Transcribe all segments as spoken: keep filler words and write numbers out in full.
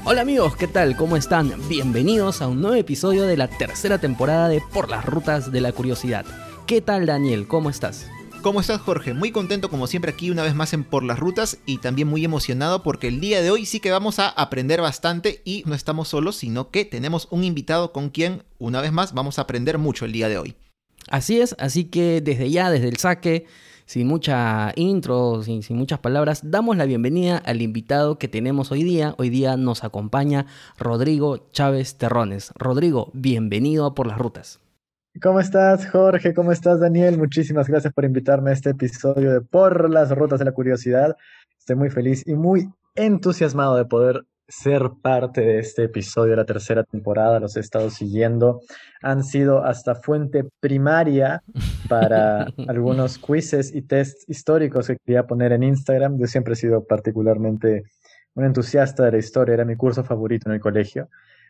Hola amigos, ¿qué tal? ¿Cómo están? Bienvenidos a un nuevo episodio de la tercera temporada de Por las Rutas de la Curiosidad. ¿Qué tal, Daniel? ¿Cómo estás? ¿Cómo estás, Jorge? Muy contento como siempre aquí una vez más en Por las Rutas y también muy emocionado porque el día de hoy sí que vamos a aprender bastante y no estamos solos, sino que tenemos un invitado con quien una vez más vamos a aprender mucho el día de hoy. Así es, así que desde ya, desde el saque, sin mucha intro, sin, sin muchas palabras, damos la bienvenida al invitado que tenemos hoy día. Hoy día nos acompaña Rodrigo Chávez Terrones. Rodrigo, bienvenido a Por las Rutas. ¿Cómo estás, Jorge? ¿Cómo estás, Daniel? Muchísimas gracias por invitarme a este episodio de Por las Rutas de la Curiosidad. Estoy muy feliz y muy entusiasmado de poder ser parte de este episodio de la tercera temporada. Los he estado siguiendo. Han sido hasta fuente primaria para algunos quizzes y tests históricos que quería poner en Instagram. Yo siempre he sido particularmente un entusiasta de la historia. Era mi curso favorito en el colegio.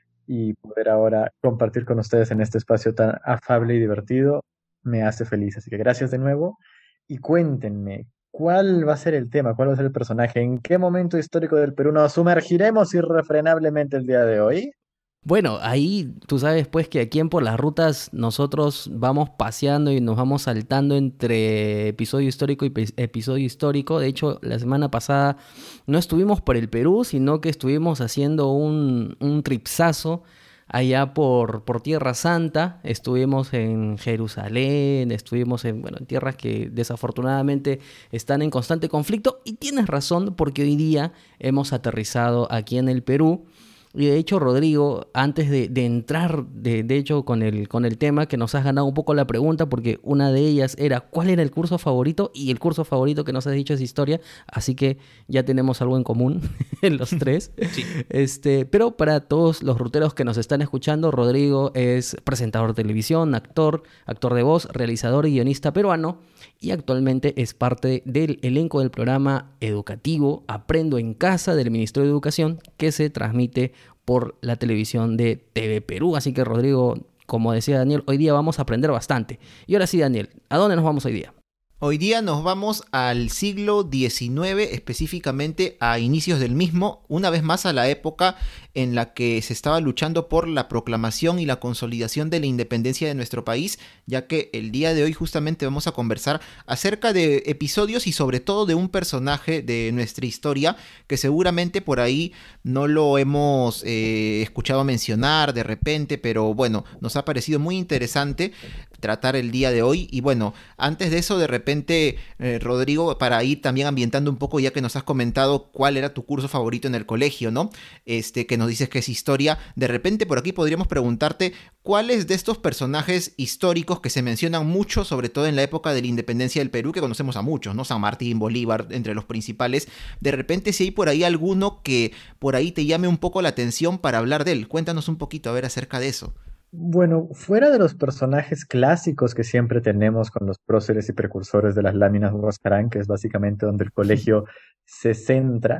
Y poder ahora compartir con ustedes en este espacio tan afable y divertido me hace feliz. Así que gracias de nuevo y cuéntenme, ¿cuál va a ser el tema? ¿Cuál va a ser el personaje? ¿En qué momento histórico del Perú nos sumergiremos irrefrenablemente el día de hoy? Bueno, ahí tú sabes pues que aquí en Por las Rutas nosotros vamos paseando y nos vamos saltando entre episodio histórico y pe- episodio histórico. De hecho, la semana pasada no estuvimos por el Perú, sino que estuvimos haciendo un, un tripsazo allá por, por Tierra Santa. Estuvimos en Jerusalén, estuvimos en, bueno, en tierras que desafortunadamente están en constante conflicto. Y tienes razón porque hoy día hemos aterrizado aquí en el Perú. Y de hecho, Rodrigo, antes de, de entrar, de, de hecho, con el, con el tema, que nos has ganado un poco la pregunta, porque una de ellas era ¿cuál era el curso favorito? Y el curso favorito que nos has dicho es historia, así que ya tenemos algo en común en los tres. Sí. Este, pero para todos los ruteros que nos están escuchando, Rodrigo es presentador de televisión, actor, actor de voz, realizador y guionista peruano, y actualmente es parte del elenco del programa educativo Aprendo en Casa del Ministerio de Educación, que se transmite por la televisión de T V Perú. Así que, Rodrigo, como decía Daniel, hoy día vamos a aprender bastante. Y ahora sí, Daniel, ¿a dónde nos vamos hoy día? Hoy día nos vamos al siglo diecinueve, específicamente a inicios del mismo, una vez más a la época en la que se estaba luchando por la proclamación y la consolidación de la independencia de nuestro país, ya que el día de hoy justamente vamos a conversar acerca de episodios y sobre todo de un personaje de nuestra historia que seguramente por ahí no lo hemos eh, escuchado mencionar de repente, pero bueno, nos ha parecido muy interesante tratar el día de hoy. Y bueno, antes de eso, de repente, eh, Rodrigo, para ir también ambientando un poco, ya que nos has comentado cuál era tu curso favorito en el colegio, ¿no? Este, que nos dices que es historia, de repente por aquí podríamos preguntarte cuáles de estos personajes históricos que se mencionan mucho, sobre todo en la época de la independencia del Perú, que conocemos a muchos, ¿no? San Martín, Bolívar, entre los principales, de repente si hay por ahí alguno que por ahí te llame un poco la atención para hablar de él. Cuéntanos un poquito, a ver, acerca de eso. Bueno, fuera de los personajes clásicos que siempre tenemos con los próceres y precursores de las láminas Huascarán, que es básicamente donde el colegio se centra,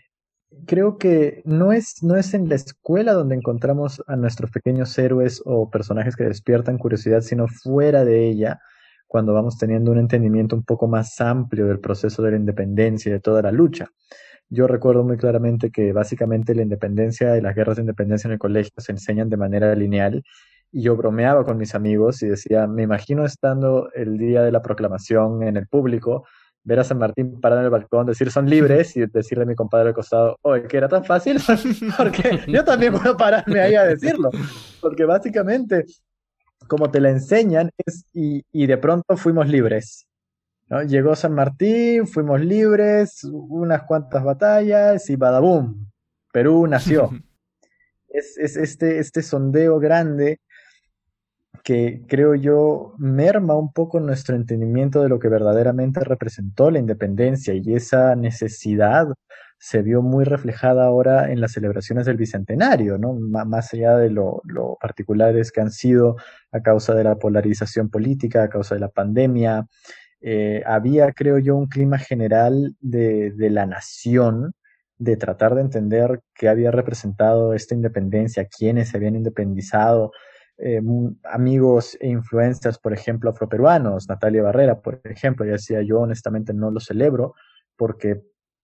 creo que no es, no es en la escuela donde encontramos a nuestros pequeños héroes o personajes que despiertan curiosidad, sino fuera de ella, cuando vamos teniendo un entendimiento un poco más amplio del proceso de la independencia y de toda la lucha. Yo recuerdo muy claramente que básicamente la independencia y las guerras de independencia en el colegio se enseñan de manera lineal y yo bromeaba con mis amigos y decía, me imagino estando el día de la proclamación en el público, ver a San Martín parado en el balcón, decir son libres y decirle a mi compadre al costado, oye, que era tan fácil, porque yo también puedo pararme ahí a decirlo, porque básicamente como te la enseñan es y, y de pronto fuimos libres. ¿No? Llegó San Martín, fuimos libres, unas cuantas batallas y badabum, Perú nació. Es, es este, este sondeo grande que creo yo merma un poco nuestro entendimiento de lo que verdaderamente representó la independencia y esa necesidad se vio muy reflejada ahora en las celebraciones del Bicentenario, ¿no? M- más allá de lo, lo particulares que han sido a causa de la polarización política, a causa de la pandemia, eh, había, creo yo, un clima general de, de la nación, de tratar de entender qué había representado esta independencia, quiénes se habían independizado, eh, m- amigos e influencers, por ejemplo, afroperuanos, Natalia Barrera, por ejemplo, ya decía yo honestamente no lo celebro porque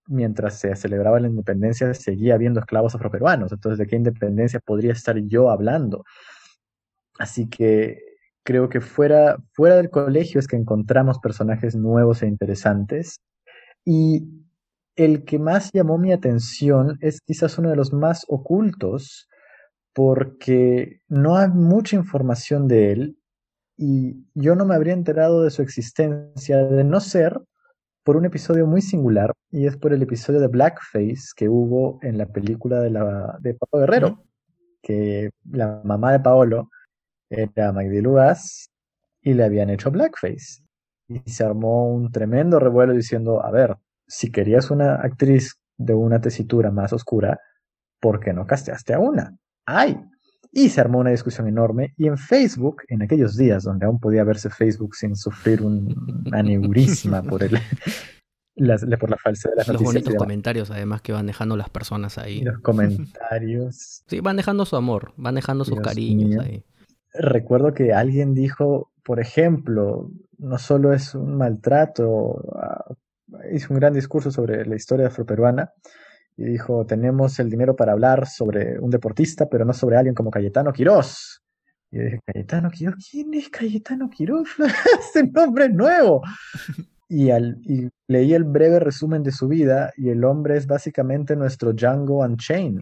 mientras se celebraba la independencia seguía habiendo esclavos afroperuanos. Entonces, ¿de qué independencia podría estar yo hablando? Así que creo que fuera, fuera del colegio es que encontramos personajes nuevos e interesantes. Y el que más llamó mi atención es quizás uno de los más ocultos, porque no hay mucha información de él y yo no me habría enterado de su existencia de no ser por un episodio muy singular, y es por el episodio de Blackface que hubo en la película de, la, de Paolo Guerrero, uh-huh. que la mamá de Paolo era Magdi Lugas y le habían hecho Blackface. Y se armó un tremendo revuelo diciendo, a ver, si querías una actriz de una tesitura más oscura, ¿por qué no casteaste a una? ¡Ay! Y se armó una discusión enorme, y en Facebook, en aquellos días donde aún podía verse Facebook sin sufrir un aneurisma por, el, las, por la falsedad de las los noticias. Los bonitos comentarios, además, que van dejando las personas ahí. Y los comentarios. Sí, van dejando su amor, van dejando sus Dios cariños mío. Ahí. Recuerdo que alguien dijo, por ejemplo, no solo es un maltrato, uh, hizo un gran discurso sobre la historia afroperuana, y dijo, tenemos el dinero para hablar sobre un deportista, pero no sobre alguien como Cayetano Quirós. Y yo dije, ¿Cayetano Quirós? ¿Quién es Cayetano Quirós? Ese nombre es nuevo. Y, al, y leí el breve resumen de su vida, y el hombre es básicamente nuestro Django Unchained.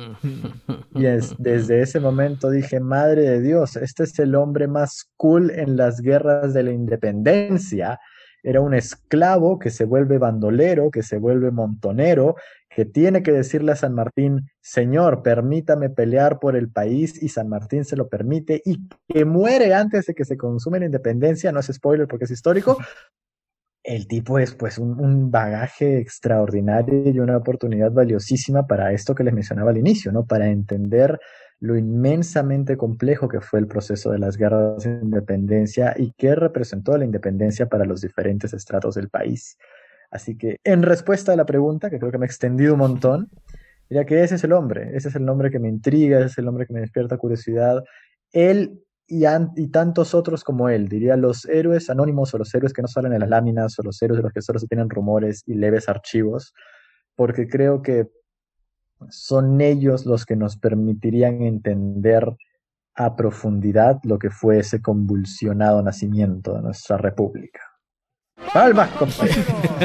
Y es, desde ese momento dije, madre de Dios, este es el hombre más cool en las guerras de la independencia. Era un esclavo que se vuelve bandolero, que se vuelve montonero, que tiene que decirle a San Martín, señor, permítame pelear por el país, y San Martín se lo permite, y que muere antes de que se consume la independencia. No es spoiler porque es histórico. El tipo es pues un, un bagaje extraordinario y una oportunidad valiosísima para esto que les mencionaba al inicio, ¿no? Para entender lo inmensamente complejo que fue el proceso de las guerras de independencia y qué representó la independencia para los diferentes estratos del país. Así que, en respuesta a la pregunta, que creo que me he extendido un montón, diría que ese es el hombre, ese es el nombre que me intriga, ese es el nombre que me despierta curiosidad. Él y, an- y tantos otros como él, diría los héroes anónimos, o los héroes que no salen en las láminas, o los héroes de los que solo se tienen rumores y leves archivos, porque creo que son ellos los que nos permitirían entender a profundidad lo que fue ese convulsionado nacimiento de nuestra república. ¡Palmas, compañero!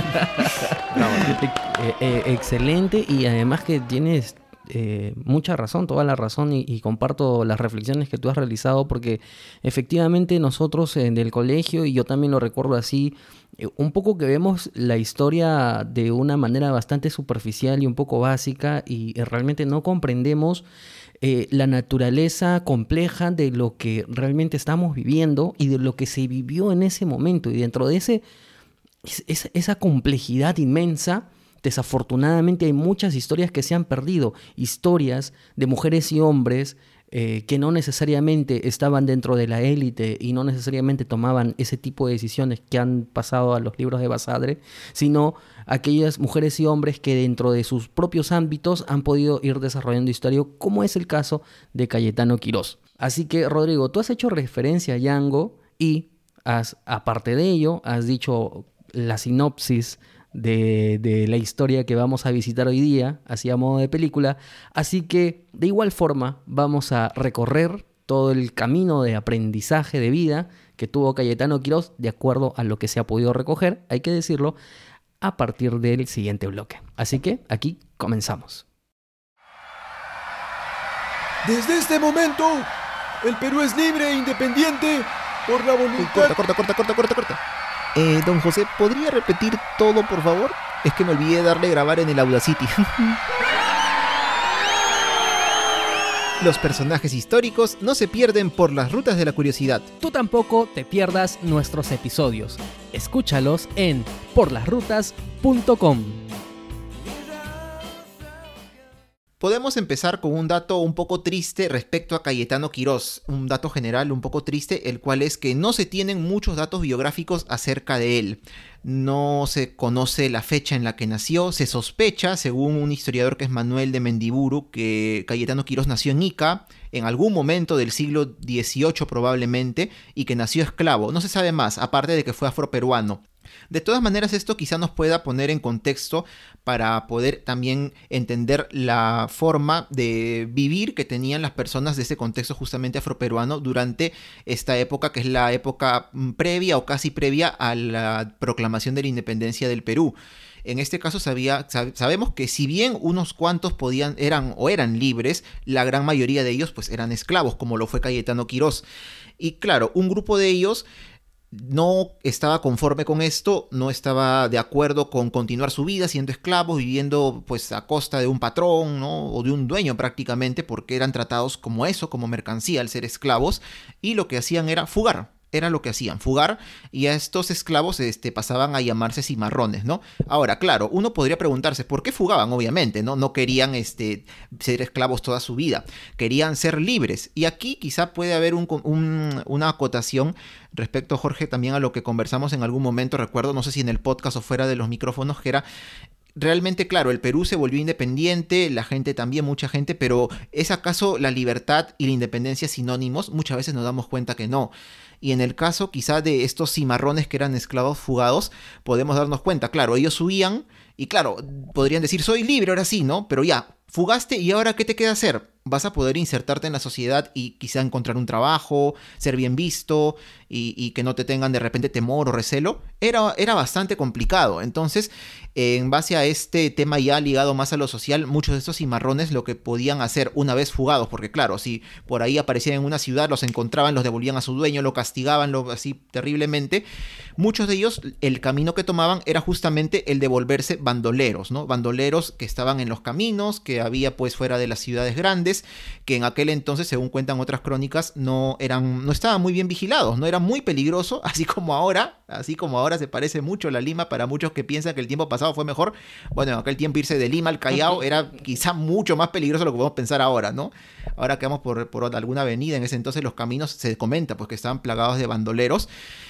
No, eh, eh, excelente, y además que tienes eh, mucha razón, toda la razón, y, y comparto las reflexiones que tú has realizado, porque efectivamente nosotros en el colegio, y yo también lo recuerdo así, eh, un poco que vemos la historia de una manera bastante superficial y un poco básica, y eh, realmente no comprendemos Eh, la naturaleza compleja de lo que realmente estamos viviendo y de lo que se vivió en ese momento. Y dentro de ese, es, esa complejidad inmensa, desafortunadamente hay muchas historias que se han perdido. Historias de mujeres y hombres eh, que no necesariamente estaban dentro de la élite y no necesariamente tomaban ese tipo de decisiones que han pasado a los libros de Basadre, sino aquellas mujeres y hombres que dentro de sus propios ámbitos han podido ir desarrollando historia, como es el caso de Cayetano Quirós. Así que, Rodrigo, tú has hecho referencia a Django y, has, aparte de ello, has dicho la sinopsis de, de la historia que vamos a visitar hoy día, así a modo de película. Así que, de igual forma, vamos a recorrer todo el camino de aprendizaje de vida que tuvo Cayetano Quirós, de acuerdo a lo que se ha podido recoger, hay que decirlo, a partir del siguiente bloque. Así que aquí comenzamos. Desde este momento, el Perú es libre e independiente por la voluntad... Corta, corta, corta, corta, corta, corta. Eh, don José, ¿podría repetir todo, por favor? Es que me olvidé darle grabar en el Audacity. Los personajes históricos no se pierden por las rutas de la curiosidad. Tú tampoco te pierdas nuestros episodios. Escúchalos en por las rutas punto com. Podemos empezar con un dato un poco triste respecto a Cayetano Quirós, un dato general un poco triste, el cual es que no se tienen muchos datos biográficos acerca de él. No se conoce la fecha en la que nació, se sospecha, según un historiador que es Manuel de Mendiburu, que Cayetano Quirós nació en Ica, en algún momento del siglo dieciocho probablemente, y que nació esclavo. No se sabe más, aparte de que fue afroperuano. De todas maneras, esto quizá nos pueda poner en contexto para poder también entender la forma de vivir que tenían las personas de ese contexto justamente afroperuano durante esta época, que es la época previa o casi previa a la proclamación de la independencia del Perú. En este caso sabía, sab- sabemos que si bien unos cuantos podían, eran o eran libres, la gran mayoría de ellos pues eran esclavos, como lo fue Cayetano Quirós. Y claro, un grupo de ellos no estaba conforme con esto, no estaba de acuerdo con continuar su vida siendo esclavos, viviendo pues a costa de un patrón, ¿no? O de un dueño prácticamente, porque eran tratados como eso, como mercancía al ser esclavos, y lo que hacían era fugar. Era lo que hacían, fugar, y a estos esclavos este, pasaban a llamarse cimarrones, ¿no? Ahora, claro, uno podría preguntarse, ¿por qué fugaban? Obviamente, ¿no? No querían este, ser esclavos toda su vida, querían ser libres. Y aquí quizá puede haber un, un, una acotación respecto, Jorge, también a lo que conversamos en algún momento, recuerdo, no sé si en el podcast o fuera de los micrófonos, que era realmente, claro, el Perú se volvió independiente, la gente también, mucha gente, pero ¿es acaso la libertad y la independencia sinónimos? Muchas veces nos damos cuenta que no. Y en el caso quizá de estos cimarrones que eran esclavos fugados, podemos darnos cuenta, claro, ellos huían y claro, podrían decir, soy libre ahora sí, ¿no? Pero ya, fugaste y ahora ¿qué te queda hacer? Vas a poder insertarte en la sociedad y quizá encontrar un trabajo, ser bien visto y, y que no te tengan de repente temor o recelo. Era, era bastante complicado. Entonces, en base a este tema ya ligado más a lo social, muchos de estos cimarrones lo que podían hacer una vez fugados, porque claro, si por ahí aparecían en una ciudad, los encontraban, los devolvían a su dueño, lo castigaban lo, así terriblemente, muchos de ellos el camino que tomaban era justamente el de volverse bandoleros, ¿no? Bandoleros que estaban en los caminos, que había pues fuera de las ciudades grandes, que en aquel entonces, según cuentan otras crónicas, no eran, no estaban muy bien vigilados, no era muy peligroso, así como ahora, así como ahora se parece mucho a la Lima para muchos que piensan que el tiempo pasado fue mejor. Bueno, en aquel tiempo irse de Lima al Callao era quizá mucho más peligroso de lo que podemos pensar ahora, ¿no? Ahora que vamos por, por alguna avenida, en ese entonces los caminos se comenta pues que estaban plagados de bandoleros.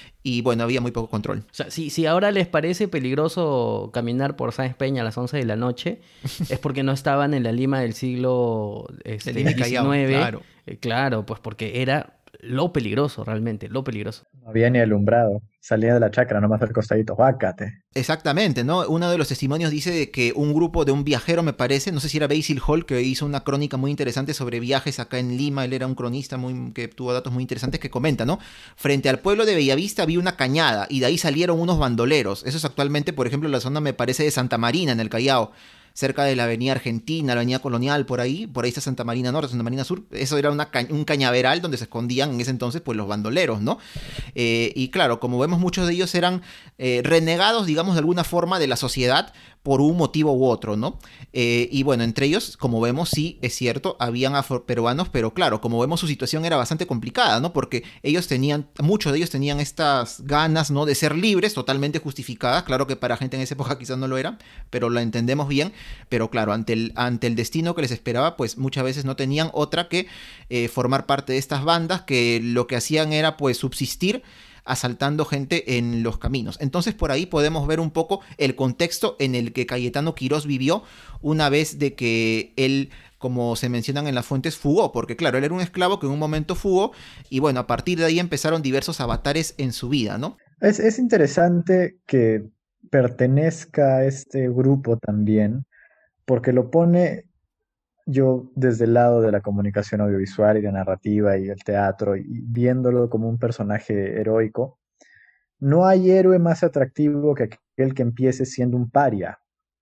Y bueno, había muy poco control. O sea, si, si ahora les parece peligroso caminar por Sáenz Peña a las once de la noche, es porque no estaban en la Lima del siglo este, Del Callao, diecinueve. claro. Eh, claro, pues porque era lo peligroso, realmente, lo peligroso. No había ni alumbrado. Salía de la chacra nomás al costadito. Guácate. Exactamente, ¿no? Uno de los testimonios dice de que un grupo de un viajero, me parece, no sé si era Basil Hall, que hizo una crónica muy interesante sobre viajes acá en Lima. Él era un cronista muy, que tuvo datos muy interesantes, que comenta, ¿no? Frente al pueblo de Bellavista había una cañada y de ahí salieron unos bandoleros. Eso es actualmente, por ejemplo, la zona, me parece, de Santa Marina, en el Callao, cerca de la avenida Argentina, la avenida Colonial, por ahí, por ahí está Santa Marina Norte, Santa Marina Sur. Eso era una ca- un cañaveral donde se escondían en ese entonces pues los bandoleros, ¿no? Eh, y claro, como vemos, muchos de ellos eran eh, renegados, digamos, de alguna forma de la sociedad por un motivo u otro, ¿no? Eh, y bueno, entre ellos, como vemos, sí, es cierto, habían afroperuanos, pero claro, como vemos, su situación era bastante complicada, ¿no? Porque ellos tenían, muchos de ellos tenían estas ganas, ¿no? De ser libres, totalmente justificadas. Claro que para gente en esa época quizás no lo era, pero la entendemos bien. Pero claro, ante el, ante el destino que les esperaba, pues muchas veces no tenían otra que eh, formar parte de estas bandas que lo que hacían era pues subsistir asaltando gente en los caminos. Entonces por ahí podemos ver un poco el contexto en el que Cayetano Quirós vivió una vez de que él, como se mencionan en las fuentes, fugó, porque claro, él era un esclavo que en un momento fugó y bueno, a partir de ahí empezaron diversos avatares en su vida, ¿no? Es, es interesante que pertenezca a este grupo también, porque lo pone yo desde el lado de la comunicación audiovisual y de narrativa y el teatro, y viéndolo como un personaje heroico. No hay héroe más atractivo que aquel que empiece siendo un paria,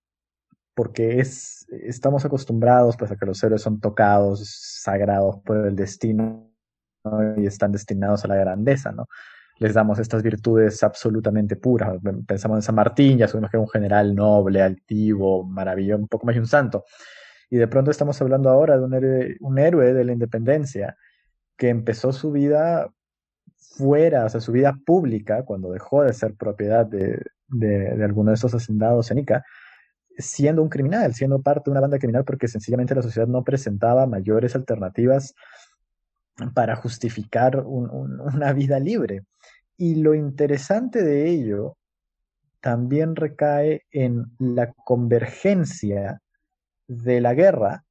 porque es, estamos acostumbrados pues, a que los héroes son tocados, sagrados por el destino, ¿no? Y están destinados a la grandeza, ¿no? Les damos estas virtudes absolutamente puras. Pensamos en San Martín, ya sabemos que era un general noble, altivo, maravilloso, un poco más de un santo. Y de pronto estamos hablando ahora de un héroe, un héroe de la independencia que empezó su vida fuera, o sea, su vida pública, cuando dejó de ser propiedad de, de, de alguno de estos hacendados en Ica, siendo un criminal, siendo parte de una banda criminal, porque sencillamente la sociedad no presentaba mayores alternativas para justificar un, un, una vida libre. Y lo interesante de ello también recae en la convergencia de la guerra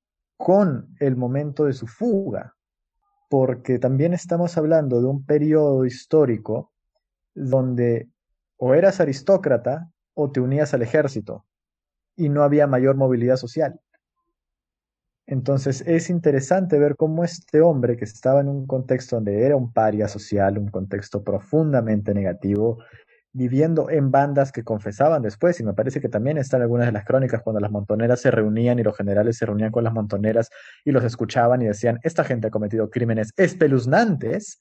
con el momento de su fuga, porque también estamos hablando de un periodo histórico donde o eras aristócrata o te unías al ejército y no había mayor movilidad social. Entonces es interesante ver cómo este hombre que estaba en un contexto donde era un paria social, un contexto profundamente negativo, viviendo en bandas que confesaban después, y me parece que también están algunas de las crónicas cuando las montoneras se reunían y los generales se reunían con las montoneras y los escuchaban y decían, esta gente ha cometido crímenes espeluznantes,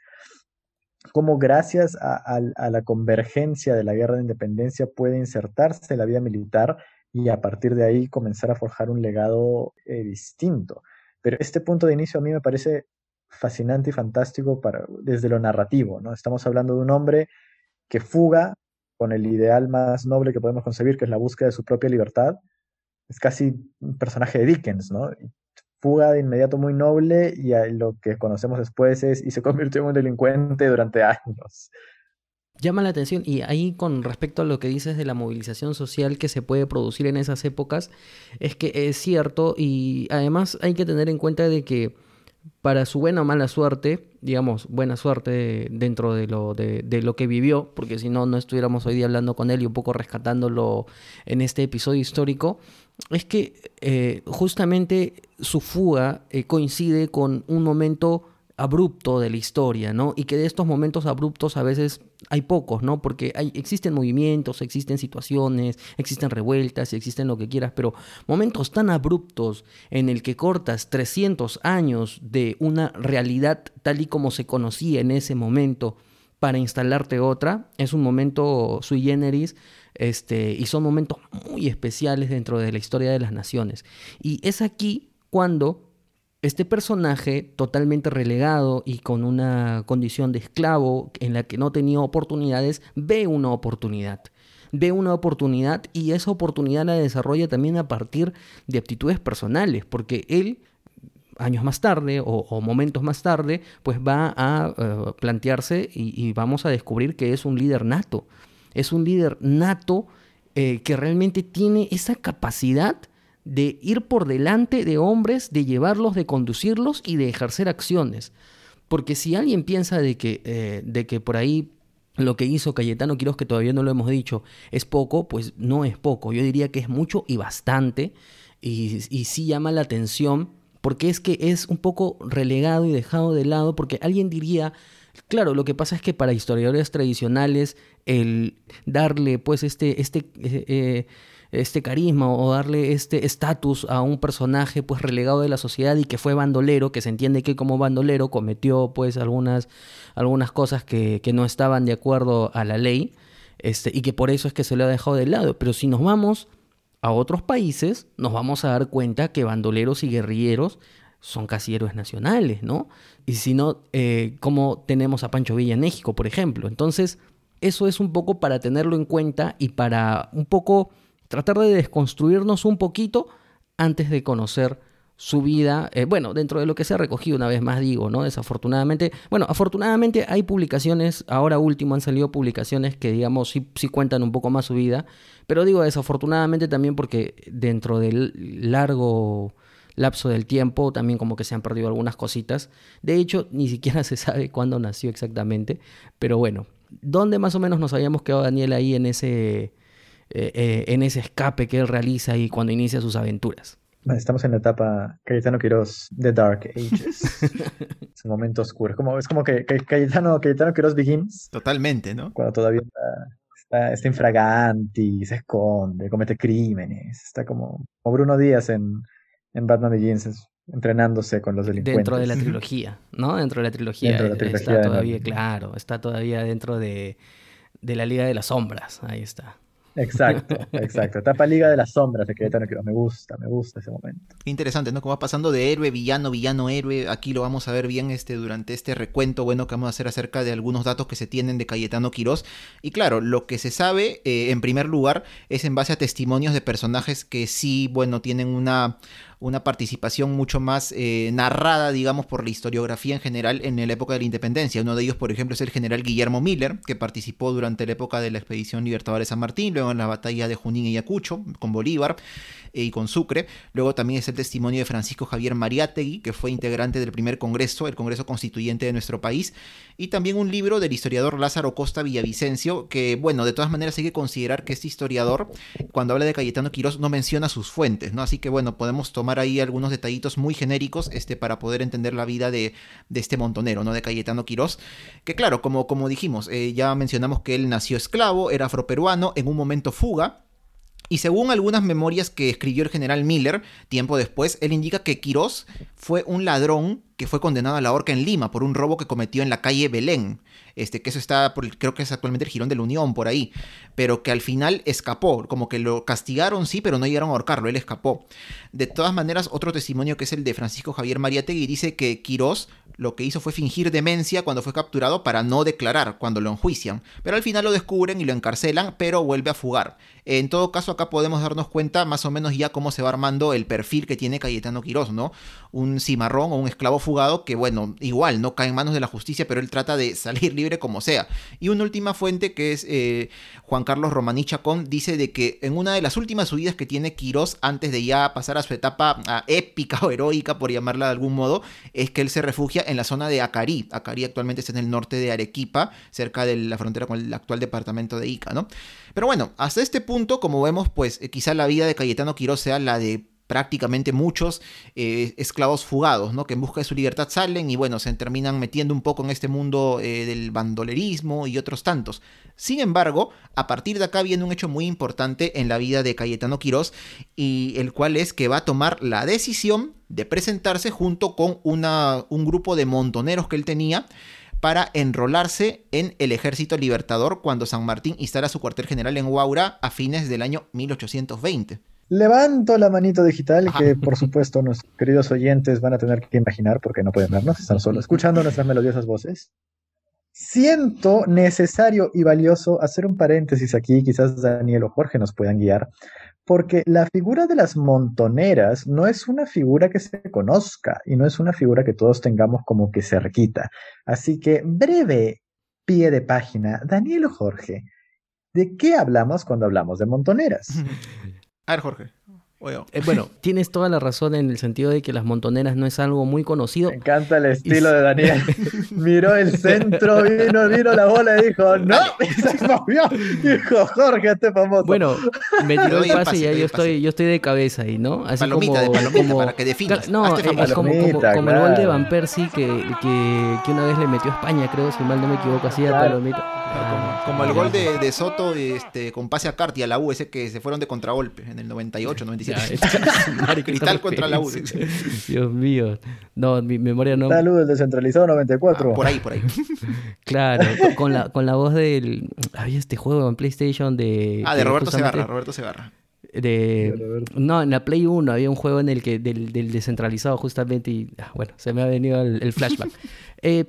cómo gracias a, a, a la convergencia de la guerra de independencia puede insertarse en la vida militar y a partir de ahí comenzar a forjar un legado eh, distinto. Pero este punto de inicio a mí me parece fascinante y fantástico para, desde lo narrativo, ¿no? Estamos hablando de un hombre que fuga con el ideal más noble que podemos concebir, que es la búsqueda de su propia libertad. Es casi un personaje de Dickens, ¿no? Fuga de inmediato muy noble y a lo que conocemos después es, y se convirtió en un delincuente durante años. Llama la atención, y ahí con respecto a lo que dices de la movilización social que se puede producir en esas épocas, es que es cierto, y además hay que tener en cuenta de que para su buena o mala suerte, digamos, buena suerte dentro de lo, de, de lo que vivió, porque si no, no estuviéramos hoy día hablando con él y un poco rescatándolo en este episodio histórico, es que eh, justamente su fuga eh, coincide con un momento abrupto de la historia, ¿no? Y que de estos momentos abruptos a veces hay pocos, ¿no? Porque hay, existen movimientos, existen situaciones, existen revueltas, existen lo que quieras, pero momentos tan abruptos en el que cortas trescientos años de una realidad tal y como se conocía en ese momento para instalarte otra, es un momento sui generis, este, y son momentos muy especiales dentro de la historia de las naciones. Y es aquí cuando este personaje totalmente relegado y con una condición de esclavo en la que no tenía oportunidades, ve una oportunidad. Ve una oportunidad y esa oportunidad la desarrolla también a partir de aptitudes personales, porque él, años más tarde o, o momentos más tarde, pues va a uh, plantearse y, y vamos a descubrir que es un líder nato. Es un líder nato eh, que realmente tiene esa capacidad de ir por delante de hombres, de llevarlos, de conducirlos y de ejercer acciones. Porque si alguien piensa de que, eh, de que por ahí lo que hizo Cayetano Quirós, que todavía no lo hemos dicho, es poco, pues no es poco. Yo diría que es mucho y bastante, y, y sí llama la atención, porque es que es un poco relegado y dejado de lado, porque alguien diría, claro, lo que pasa es que para historiadores tradicionales, el darle pues este... este eh, eh, este carisma o darle este estatus a un personaje pues relegado de la sociedad y que fue bandolero, que se entiende que como bandolero cometió pues algunas, algunas cosas que, que no estaban de acuerdo a la ley, este, y que por eso es que se lo ha dejado de lado. Pero si nos vamos a otros países, nos vamos a dar cuenta que bandoleros y guerrilleros son casi héroes nacionales, ¿no? Y si no, eh, como tenemos a Pancho Villa en México, por ejemplo. Entonces, eso es un poco para tenerlo en cuenta y para un poco tratar de desconstruirnos un poquito antes de conocer su vida, eh, bueno, dentro de lo que se ha recogido, una vez más digo, ¿no? Desafortunadamente, bueno, afortunadamente hay publicaciones, ahora último han salido publicaciones que, digamos, sí, sí cuentan un poco más su vida, pero digo desafortunadamente también porque dentro del largo lapso del tiempo también como que se han perdido algunas cositas. De hecho, ni siquiera se sabe cuándo nació exactamente, pero bueno, ¿dónde más o menos nos habíamos quedado, Daniel, ahí en ese... Eh, eh, en ese escape que él realiza y cuando inicia sus aventuras? Estamos en la etapa Cayetano Quirós, The Dark Ages. Es un momento oscuro. Como, es como que, que Cayetano, Cayetano Quirós Begins. Totalmente, ¿no? Cuando todavía está, está, está infraganti, se esconde, comete crímenes. Está como, como Bruno Díaz en, en Batman Begins, entrenándose con los delincuentes. Dentro de la trilogía, ¿no? Dentro de la trilogía. Dentro de la trilogía está de todavía, Batman. claro, está todavía dentro de, de la Liga de las Sombras. Ahí está. Exacto, exacto. Etapa Liga de las Sombras de Cayetano Quirós. Me gusta, me gusta ese momento. Qué interesante, ¿no? Como va pasando de héroe, villano, villano, héroe. Aquí lo vamos a ver bien este, durante este recuento bueno que vamos a hacer acerca de algunos datos que se tienen de Cayetano Quirós. Y claro, lo que se sabe, eh, en primer lugar, es en base a testimonios de personajes que sí, bueno, tienen una... una participación mucho más eh, narrada, digamos, por la historiografía en general en la época de la independencia. Uno de ellos, por ejemplo, es el general Guillermo Miller, que participó durante la época de la expedición Libertadores San Martín, luego en la batalla de Junín y Ayacucho, con Bolívar y con Sucre. Luego también es el testimonio de Francisco Javier Mariátegui, que fue integrante del primer Congreso, el Congreso Constituyente de nuestro país, y también un libro del historiador Lázaro Costa Villavicencio, que, bueno, de todas maneras hay que considerar que este historiador, cuando habla de Cayetano Quirós, no menciona sus fuentes, ¿no? Así que, bueno, podemos tomar ahí algunos detallitos muy genéricos este, para poder entender la vida de, de este montonero, ¿no? De Cayetano Quirós, que claro, como, como dijimos, eh, ya mencionamos que él nació esclavo, era afroperuano, en un momento fuga. Y según algunas memorias que escribió el general Miller, tiempo después, él indica que Quirós fue un ladrón que fue condenado a la horca en Lima por un robo que cometió en la calle Belén. Este, que eso está, por, creo que es actualmente el Jirón de la Unión, por ahí. Pero que al final escapó, como que lo castigaron, sí, pero no llegaron a ahorcarlo, él escapó. De todas maneras, otro testimonio que es el de Francisco Javier Mariátegui dice que Quirós lo que hizo fue fingir demencia cuando fue capturado para no declarar cuando lo enjuician. Pero al final lo descubren y lo encarcelan, pero vuelve a fugar. En todo caso, acá podemos darnos cuenta más o menos ya cómo se va armando el perfil que tiene Cayetano Quirós, ¿no? Un cimarrón o un esclavo fugado que, bueno, igual no cae en manos de la justicia, pero él trata de salir libre como sea. Y una última fuente que es eh, Juan Carlos Romaní Chacón, dice de que en una de las últimas huidas que tiene Quirós antes de ya pasar a su etapa a, épica o heroica, por llamarla de algún modo, es que él se refugia en la zona de Acarí. Acarí actualmente está en el norte de Arequipa, cerca de la frontera con el actual departamento de Ica, ¿no? Pero bueno, hasta este punto, como vemos, pues eh, quizá la vida de Cayetano Quirós sea la de prácticamente muchos eh, esclavos fugados, ¿no? Que en busca de su libertad salen y, bueno, se terminan metiendo un poco en este mundo eh, del bandolerismo y otros tantos. Sin embargo, a partir de acá viene un hecho muy importante en la vida de Cayetano Quirós, y el cual es que va a tomar la decisión de presentarse junto con una, un grupo de montoneros que él tenía para enrolarse en el Ejército Libertador cuando San Martín instala su cuartel general en Huaura a fines del año mil ochocientos veinte. Levanto la manito digital Ajá. que por supuesto nuestros queridos oyentes van a tener que imaginar porque no pueden vernos, están solo escuchando nuestras melodiosas voces. Siento necesario y valioso hacer un paréntesis aquí, quizás Daniel o Jorge nos puedan guiar, porque la figura de las montoneras no es una figura que se conozca y no es una figura que todos tengamos como que cerquita. Así que, breve pie de página, Daniel o Jorge, ¿de qué hablamos cuando hablamos de montoneras? A ver, Jorge. Eh, bueno, tienes toda la razón en el sentido de que las montoneras no es algo muy conocido. Me encanta el estilo de Daniel. Miró el centro, vino, vino la bola y dijo, ¡no! Se movió. Dijo, Jorge, este famoso. Bueno, me tiró el Doy el pase pase, y ya doy yo el pase. estoy, yo estoy de cabeza ahí, ¿no? Así Palomita, como, de palomita, como- para que definas. No, Hazte es, es famoso. como, como, Palomita, como el gol de claro. Van Persie que, que, que una vez le metió a España, creo, si mal no me equivoco, así a Claro. palomita. Como, como el gol de, de Soto este, con pase a Carti a la U, ese que se fueron de contragolpe en el noventa y ocho, noventa y Ya, siete. Marica, Cristal contra la U. Dios mío. No, mi memoria no. Saludos, descentralizado noventa y cuatro. Ah, por ahí, por ahí. Claro, con- con la, con la voz del. Había este juego en PlayStation de. Ah, de que Roberto justamente- Segarra, Roberto Segarra. De, De Roberto. no, en la Play uno había un juego en el que del, del descentralizado justamente y ah, bueno, se me ha venido el, el flashback. Eh,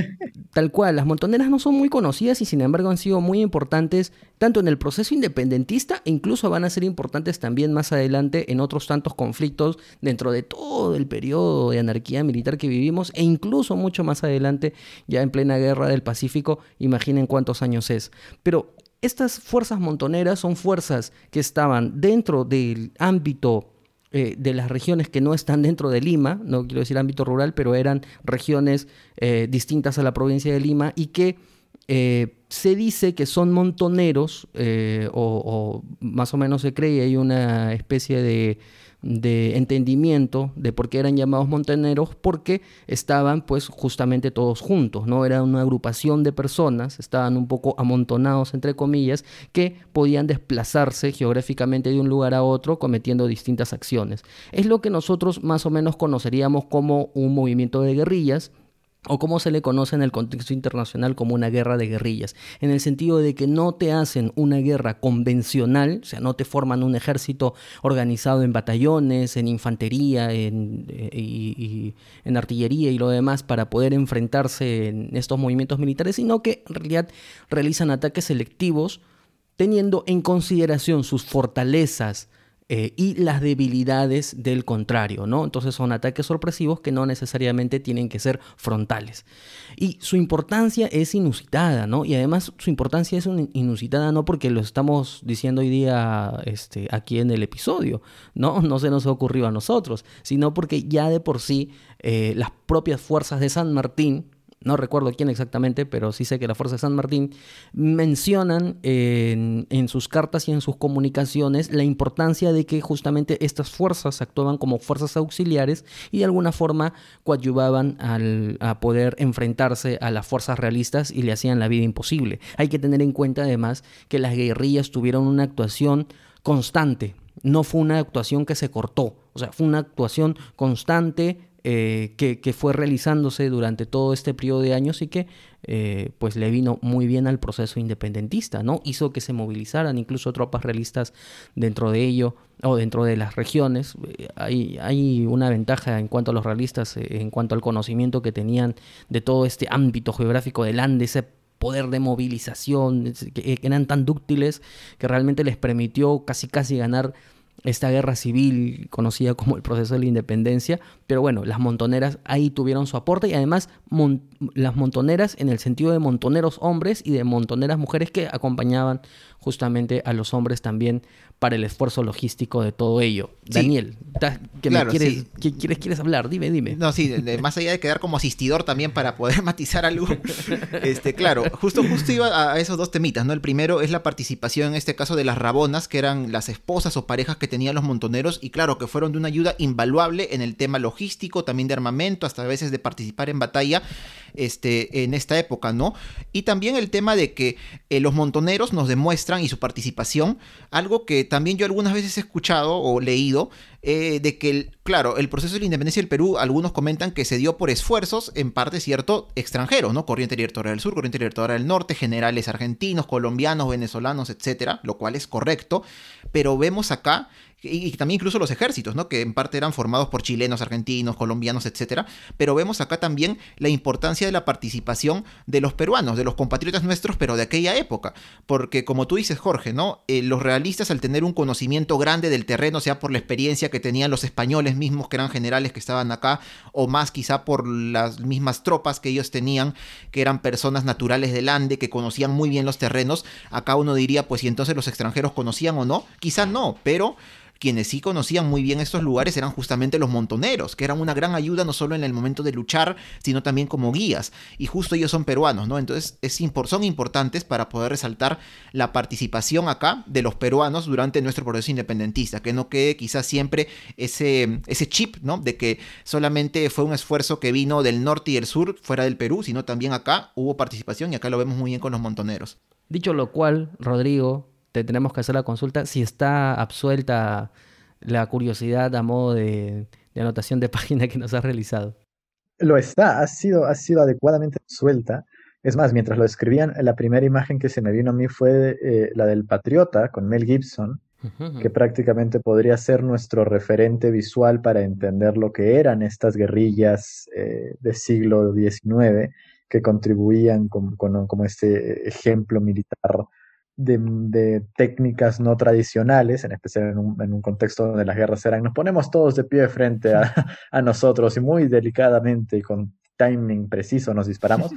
tal cual, las montoneras no son muy conocidas y sin embargo han sido muy importantes tanto en el proceso independentista e incluso van a ser importantes también más adelante en otros tantos conflictos dentro de todo el periodo de anarquía militar que vivimos e incluso mucho más adelante ya en plena guerra del Pacífico, imaginen cuántos años es. Pero estas fuerzas montoneras son fuerzas que estaban dentro del ámbito eh, de las regiones que no están dentro de Lima, no quiero decir ámbito rural, pero eran regiones eh, distintas a la provincia de Lima y que eh, se dice que son montoneros, eh, o, o más o menos se cree, y hay una especie de, de entendimiento de por qué eran llamados montoneros, porque estaban pues justamente todos juntos, ¿no? Era una agrupación de personas, estaban un poco amontonados entre comillas, que podían desplazarse geográficamente de un lugar a otro cometiendo distintas acciones. Es lo que nosotros más o menos conoceríamos como un movimiento de guerrillas, o como se le conoce en el contexto internacional como una guerra de guerrillas, en el sentido de que no te hacen una guerra convencional, o sea, no te forman un ejército organizado en batallones, en infantería, en, eh, y, y en artillería y lo demás para poder enfrentarse en estos movimientos militares, sino que en realidad realizan ataques selectivos teniendo en consideración sus fortalezas eh, y las debilidades del contrario, ¿no? Entonces son ataques sorpresivos que no necesariamente tienen que ser frontales. Y su importancia es inusitada, ¿no? Y además su importancia es un- inusitada no porque lo estamos diciendo hoy día este, aquí en el episodio, ¿no? No se nos ha ocurrido a nosotros, sino porque ya de por sí eh, las propias fuerzas de San Martín, no recuerdo quién exactamente, pero sí sé que la Fuerza de San Martín mencionan en, en sus cartas y en sus comunicaciones la importancia de que justamente estas fuerzas actuaban como fuerzas auxiliares y de alguna forma coadyuvaban al, a poder enfrentarse a las fuerzas realistas y le hacían la vida imposible. Hay que tener en cuenta además que las guerrillas tuvieron una actuación constante, no fue una actuación que se cortó, o sea, fue una actuación constante eh, que, que fue realizándose durante todo este periodo de años y que eh, pues le vino muy bien al proceso independentista, ¿no? Hizo que se movilizaran incluso tropas realistas dentro de ello o dentro de las regiones. Eh, hay, hay una ventaja en cuanto a los realistas, eh, en cuanto al conocimiento que tenían de todo este ámbito geográfico del Andes, ese poder de movilización, que, que eran tan dúctiles que realmente les permitió casi casi ganar esta guerra civil conocida como el proceso de la independencia. Pero bueno, las montoneras ahí tuvieron su aporte y además mon- las montoneras en el sentido de montoneros hombres y de montoneras mujeres que acompañaban justamente a los hombres también para el esfuerzo logístico de todo ello. Sí. Daniel, ta- ¿qué Claro, me quieres, sí. ¿qué quieres, quieres hablar? Dime, dime. No, sí, de- de- más allá de quedar como asistidor también para poder matizar algo, este, claro, justo, justo iba a, a esos dos temitas, ¿no? El primero es la participación, en este caso, de las rabonas, que eran las esposas o parejas que tenían los montoneros, y claro, que fueron de una ayuda invaluable en el tema logístico, también de armamento, hasta a veces de participar en batalla, este, en esta época, ¿no? Y también el tema de que eh, los montoneros nos demuestran, y su participación, algo que también yo algunas veces he escuchado o leído, eh, de que, el, claro, el proceso de la independencia del Perú, algunos comentan que se dio por esfuerzos, en parte cierto, extranjeros, ¿no? Corriente Libertadora del Sur, Corriente Libertadora del Norte, generales argentinos, colombianos, venezolanos, etcétera, lo cual es correcto, pero vemos acá, y, y también incluso los ejércitos, ¿no? Que en parte eran formados por chilenos, argentinos, colombianos, etcétera, pero vemos acá también la importancia de la participación de los peruanos, de los compatriotas nuestros, pero de aquella época, porque como tú dices, Jorge, ¿no? Eh, los realistas, al tener un conocimiento grande del terreno, sea por la experiencia que tenían los españoles mismos, que eran generales que estaban acá, o más quizá por las mismas tropas que ellos tenían, que eran personas naturales del Ande, que conocían muy bien los terrenos, acá uno diría, pues, ¿y entonces los extranjeros conocían o no? Quizás no, pero quienes sí conocían muy bien estos lugares eran justamente los montoneros, que eran una gran ayuda no solo en el momento de luchar, sino también como guías, y justo ellos son peruanos, ¿no? Entonces es impor- son importantes para poder resaltar la participación acá de los peruanos durante nuestro proceso independentista, que no quede quizás siempre ese, ese chip, ¿no? De que solamente fue un esfuerzo que vino del norte y del sur, fuera del Perú, sino también acá hubo participación, y acá lo vemos muy bien con los montoneros. Dicho lo cual, Rodrigo, te tenemos que hacer la consulta si está absuelta la curiosidad a modo de, de anotación de página que nos has realizado. Lo está, ha sido, ha sido adecuadamente suelta. Es más, mientras lo escribían, la primera imagen que se me vino a mí fue eh, la del Patriota con Mel Gibson, Ujú. que prácticamente podría ser nuestro referente visual para entender lo que eran estas guerrillas eh, del siglo diecinueve que contribuían con, con, como este ejemplo militar de, de técnicas no tradicionales, en especial en un, en un contexto donde las guerras eran, nos ponemos todos de pie frente a, a nosotros y muy delicadamente y con timing preciso nos disparamos.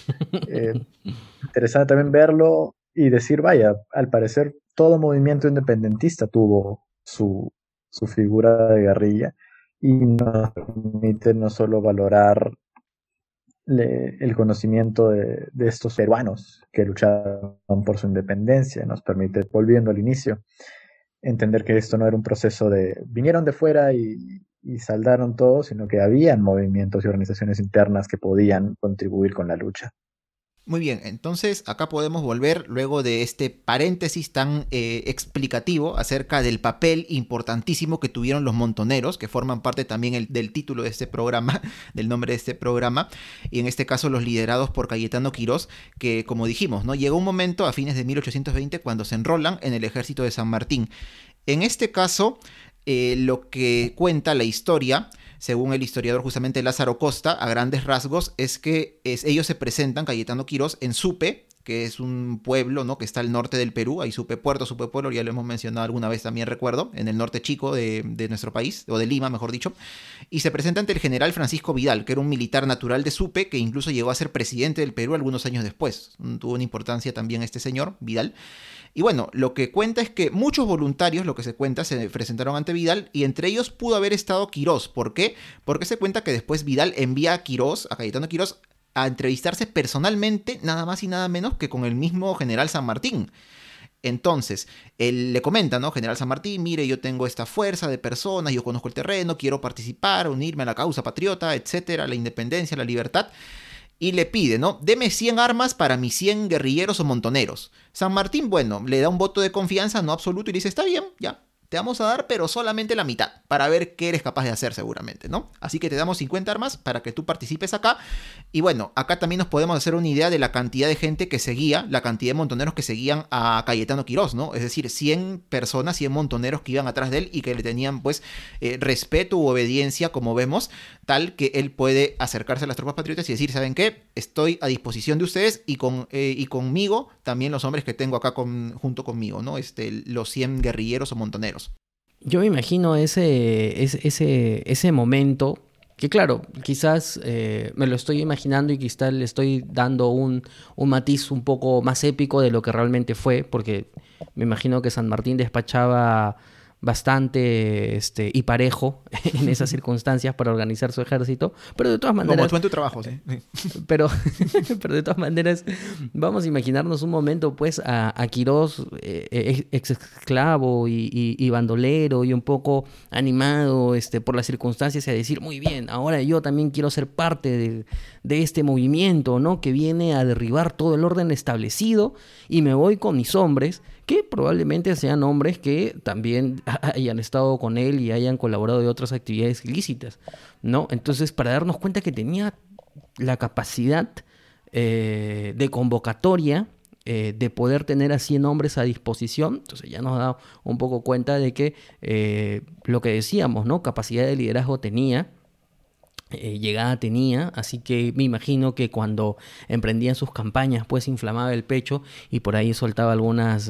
Eh, interesante también verlo y decir, vaya, al parecer todo movimiento independentista tuvo su, su figura de guerrilla y nos permite no solo valorar le, el conocimiento de, de estos peruanos que lucharon por su independencia, nos permite, volviendo al inicio, entender que esto no era un proceso de vinieron de fuera y, y saldaron todo, sino que habían movimientos y organizaciones internas que podían contribuir con la lucha. Muy bien, entonces acá podemos volver luego de este paréntesis tan eh, explicativo acerca del papel importantísimo que tuvieron los montoneros, que forman parte también el, del título de este programa, del nombre de este programa, y en este caso los liderados por Cayetano Quirós, que como dijimos, ¿no? Llegó un momento a fines de mil ochocientos veinte cuando se enrolan en el ejército de San Martín. En este caso, eh, lo que cuenta la historia, según el historiador justamente Lázaro Costa, a grandes rasgos, es que es, ellos se presentan, Cayetano Quirós, en Supe, que es un pueblo, ¿no?, que está al norte del Perú. Ahí Supe Puerto, Supe Pueblo, ya lo hemos mencionado alguna vez también, recuerdo, en el norte chico de, de nuestro país, o de Lima, mejor dicho. Y se presenta ante el general Francisco Vidal, que era un militar natural de Supe, que incluso llegó a ser presidente del Perú algunos años después. Tuvo una importancia también este señor, Vidal. Y bueno, lo que cuenta es que muchos voluntarios, lo que se cuenta, se presentaron ante Vidal, y entre ellos pudo haber estado Quirós. ¿Por qué? Porque se cuenta que después Vidal envía a Quirós, a Cayetano Quirós, a entrevistarse personalmente, nada más y nada menos que con el mismo general San Martín. Entonces, él le comenta, ¿no? General San Martín, mire, yo tengo esta fuerza de personas, yo conozco el terreno, quiero participar, unirme a la causa patriota, etcétera, la independencia, la libertad. Y le pide, ¿no? Deme cien armas para mis cien guerrilleros o montoneros. San Martín, bueno, le da un voto de confianza, no absoluto, y le dice, está bien, ya, te vamos a dar, pero solamente la mitad, para ver qué eres capaz de hacer seguramente, ¿no? Así que te damos cincuenta armas para que tú participes acá. Y bueno, acá también nos podemos hacer una idea de la cantidad de gente que seguía, la cantidad de montoneros que seguían a Cayetano Quirós, ¿no? Es decir, cien personas, cien montoneros que iban atrás de él y que le tenían, pues, eh, respeto u obediencia, como vemos, tal que él puede acercarse a las tropas patriotas y decir, ¿saben qué? Estoy a disposición de ustedes y, con, eh, y conmigo también los hombres que tengo acá con, junto conmigo, ¿no? Este, los cien guerrilleros o montoneros. Yo me imagino ese, ese, ese, ese momento, que claro, quizás eh, me lo estoy imaginando y quizás le estoy dando un, un matiz un poco más épico de lo que realmente fue, porque me imagino que San Martín despachaba bastante este, y parejo en esas circunstancias para organizar su ejército, pero de todas maneras... Como tú en tu trabajo, sí. Pero, pero de todas maneras, vamos a imaginarnos un momento, pues, a, a Quirós, eh, ex esclavo y, y, y bandolero y un poco animado este, por las circunstancias, y a decir, muy bien, ahora yo también quiero ser parte de, de este movimiento, ¿no?, que viene a derribar todo el orden establecido, y me voy con mis hombres, que probablemente sean hombres que también hayan estado con él y hayan colaborado de otras actividades ilícitas, ¿no? Entonces, para darnos cuenta que tenía la capacidad eh, de convocatoria, eh, de poder tener a cien hombres a disposición, entonces ya nos da un poco cuenta de que eh, lo que decíamos, ¿no?, capacidad de liderazgo tenía, Eh, llegada tenía, así que me imagino que cuando emprendían sus campañas, pues inflamaba el pecho y por ahí soltaba algunas,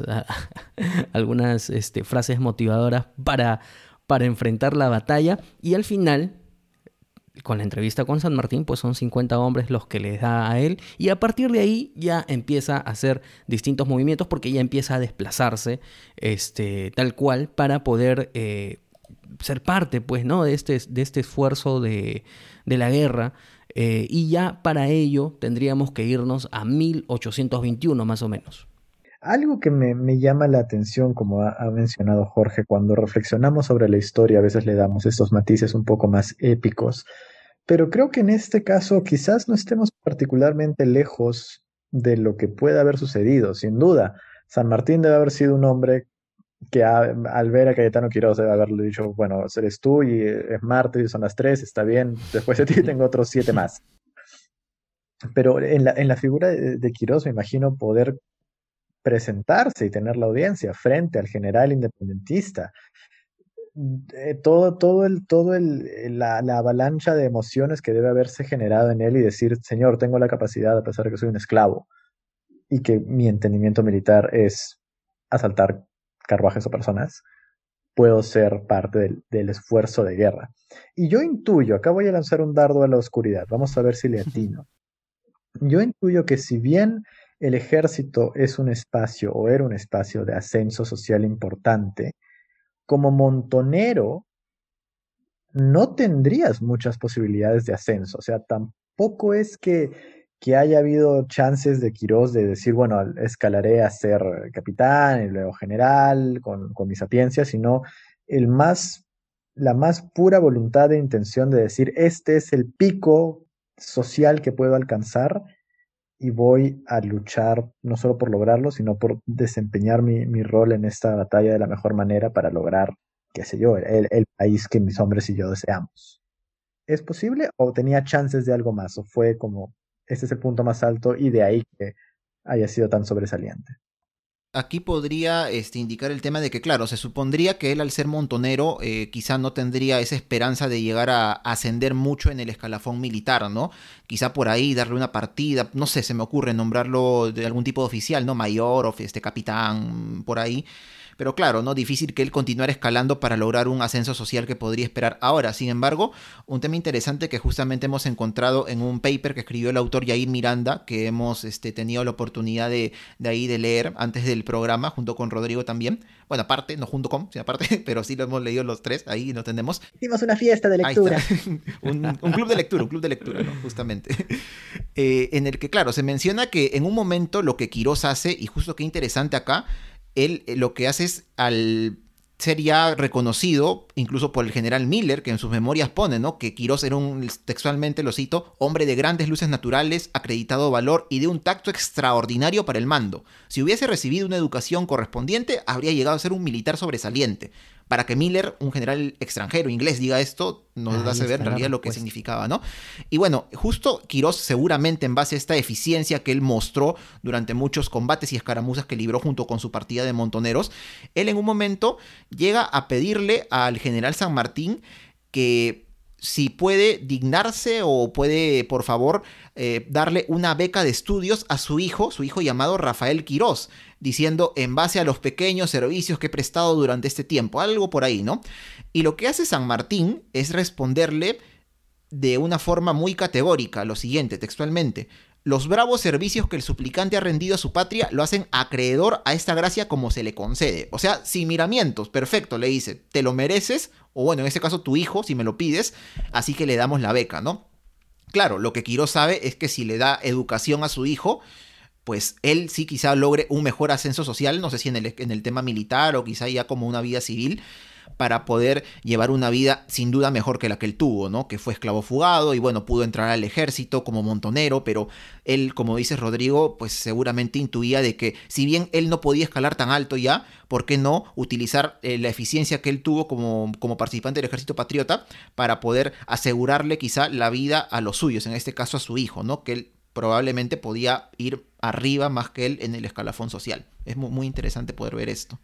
algunas este, frases motivadoras para, para enfrentar la batalla, y al final, con la entrevista con San Martín, pues son cincuenta hombres los que les da a él, y a partir de ahí ya empieza a hacer distintos movimientos, porque ya empieza a desplazarse este, tal cual para poder... Eh, ser parte, pues, ¿no?, de este, de este esfuerzo de, de la guerra, eh, y ya para ello tendríamos que irnos a mil ochocientos veintiuno más o menos. Algo que me, me llama la atención, como ha, ha mencionado Jorge, cuando reflexionamos sobre la historia, a veces le damos estos matices un poco más épicos, pero creo que en este caso quizás no estemos particularmente lejos de lo que puede haber sucedido. Sin duda, San Martín debe haber sido un hombre que a, al ver a Cayetano Quirós debe haberle dicho, bueno, eres tú y es martes y son las tres, está bien, después de ti tengo otros siete más. Pero en la, en la figura de, de Quirós me imagino poder presentarse y tener la audiencia frente al general independentista. Eh, todo, todo, el, todo el, la, la avalancha de emociones que debe haberse generado en él, y decir, señor, tengo la capacidad, a pesar de que soy un esclavo, y que mi entendimiento militar es asaltar carruajes o personas, puedo ser parte del, del esfuerzo de guerra. Y yo intuyo, acá voy a lanzar un dardo a la oscuridad, vamos a ver si le atino. Yo intuyo que si bien el ejército es un espacio, o era un espacio de ascenso social importante, como montonero no tendrías muchas posibilidades de ascenso. O sea, tampoco es que, que haya habido chances de Quirós de decir, bueno, escalaré a ser capitán y luego general con, con mi sapiencia, sino el más, la más pura voluntad e intención de decir, este es el pico social que puedo alcanzar y voy a luchar no solo por lograrlo, sino por desempeñar mi, mi rol en esta batalla de la mejor manera para lograr, qué sé yo, el, el país que mis hombres y yo deseamos. ¿Es posible o tenía chances de algo más? ¿O fue como, este es el punto más alto y de ahí que haya sido tan sobresaliente? aquí podría este, indicar el tema de que, claro, se supondría que él al ser montonero eh, quizá no tendría esa esperanza de llegar a ascender mucho en el escalafón militar, ¿no? Quizá por ahí darle una partida, no sé, se me ocurre nombrarlo de algún tipo de oficial, ¿no? Mayor o este capitán, por ahí. Pero claro, ¿no? Difícil que él continuara escalando para lograr un ascenso social que podría esperar ahora. Sin embargo, un tema interesante que justamente hemos encontrado en un paper que escribió el autor Yair Miranda, que hemos este, tenido la oportunidad de, de ahí de leer antes del programa, junto con Rodrigo también. Bueno, aparte, no junto con, sino aparte, pero sí lo hemos leído los tres, ahí lo tenemos. Hicimos una fiesta de lectura. un, un club de lectura, un club de lectura, ¿no? Justamente. Eh, en el que, claro, se menciona que en un momento lo que Quirós hace, y justo qué interesante acá, él lo que hace es, al ser ya reconocido, incluso por el general Miller, que en sus memorias pone, ¿no? Que Quirós era un, textualmente lo cito, hombre de grandes luces naturales, acreditado valor y de un tacto extraordinario para el mando. Si hubiese recibido una educación correspondiente, habría llegado a ser un militar sobresaliente. Para que Miller, un general extranjero, inglés, diga esto, nos Ah, hace ver en realidad lo que significaba, ¿no? Y bueno, justo Quirós, seguramente en base a esta eficiencia que él mostró durante muchos combates y escaramuzas que libró junto con su partida de montoneros, él en un momento llega a pedirle al general San Martín que si puede dignarse o puede, por favor, eh, darle una beca de estudios a su hijo, su hijo llamado Rafael Quirós, diciendo en base a los pequeños servicios que he prestado durante este tiempo, algo por ahí, ¿no? Y lo que hace San Martín es responderle de una forma muy categórica, lo siguiente, textualmente: los bravos servicios que el suplicante ha rendido a su patria lo hacen acreedor a esta gracia como se le concede. O sea, sin miramientos, perfecto, le dice, te lo mereces, o bueno, en este caso tu hijo, si me lo pides, así que le damos la beca, ¿no? Claro, lo que Quirós sabe es que si le da educación a su hijo, pues él sí quizá logre un mejor ascenso social, no sé si en el, en el tema militar o quizá ya como una vida civil, para poder llevar una vida sin duda mejor que la que él tuvo, ¿no? Que fue esclavo fugado y bueno, pudo entrar al ejército como montonero, pero él, como dice Rodrigo, pues seguramente intuía de que si bien él no podía escalar tan alto ya, ¿por qué no utilizar eh, la eficiencia que él tuvo como, como participante del ejército patriota para poder asegurarle quizá la vida a los suyos, en este caso a su hijo, ¿no? Que él probablemente podía ir arriba más que él en el escalafón social. Es muy, muy interesante poder ver esto.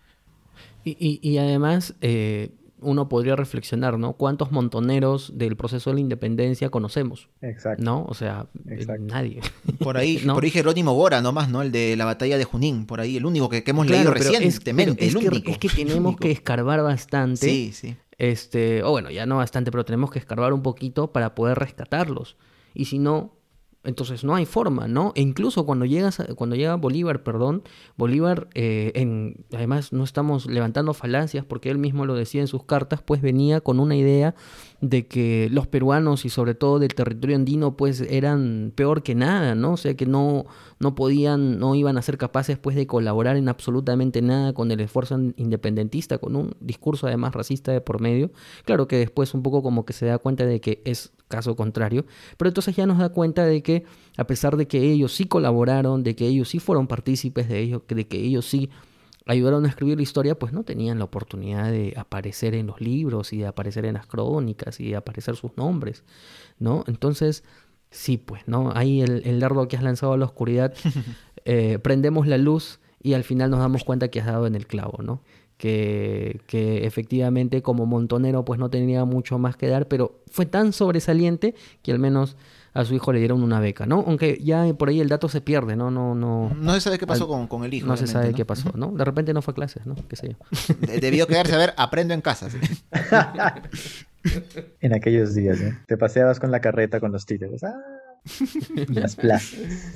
Y, y, y además, eh, uno podría reflexionar, ¿no? ¿Cuántos montoneros del proceso de la independencia conocemos? Exacto. ¿No? O sea, Exacto. nadie. Por ahí, ¿no? por ahí Jerónimo Gora nomás, ¿no? El de la batalla de Junín, por ahí, el único que, que hemos Claro, leído pero recientemente, es, pero el es que, único. es que tenemos que escarbar bastante. Sí, sí. Este, o bueno, ya no bastante, pero tenemos que escarbar un poquito para poder rescatarlos. Y si no, entonces no hay forma, ¿no? E incluso cuando llegas a- cuando llega Bolívar, perdón, Bolívar, eh, en, además no estamos levantando falacias porque él mismo lo decía en sus cartas, pues venía con una idea de que los peruanos y sobre todo del territorio andino pues eran peor que nada, ¿no? O sea que no, no podían, no iban a ser capaces pues de colaborar en absolutamente nada con el esfuerzo in- independentista, con un discurso además racista de por medio. Claro que después un poco como que se da cuenta de que es caso contrario, pero entonces ya nos da cuenta de que a pesar de que ellos sí colaboraron, de que ellos sí fueron partícipes de ello, que- de que ellos sí ayudaron a escribir la historia, pues no tenían la oportunidad de aparecer en los libros y de aparecer en las crónicas y de aparecer sus nombres, ¿no? Entonces, sí, pues, ¿no? Ahí el, el dardo que has lanzado a la oscuridad, eh, prendemos la luz y al final nos damos cuenta que has dado en el clavo, ¿no? Que, que efectivamente como montonero pues no tenía mucho más que dar, pero fue tan sobresaliente que al menos a su hijo le dieron una beca, ¿no? Aunque ya por ahí el dato se pierde, ¿no? No, no, No se sabe qué pasó al- con, con el hijo. no se obviamente, sabe ¿no? qué pasó, ¿no? De repente no fue a clases, ¿no? Qué sé yo. De- Debió quedarse a ver, aprendo en casa. ¿sí? En aquellos días, ¿no? Te paseabas con la carreta con los títeres. ¡Ah! En las plazas.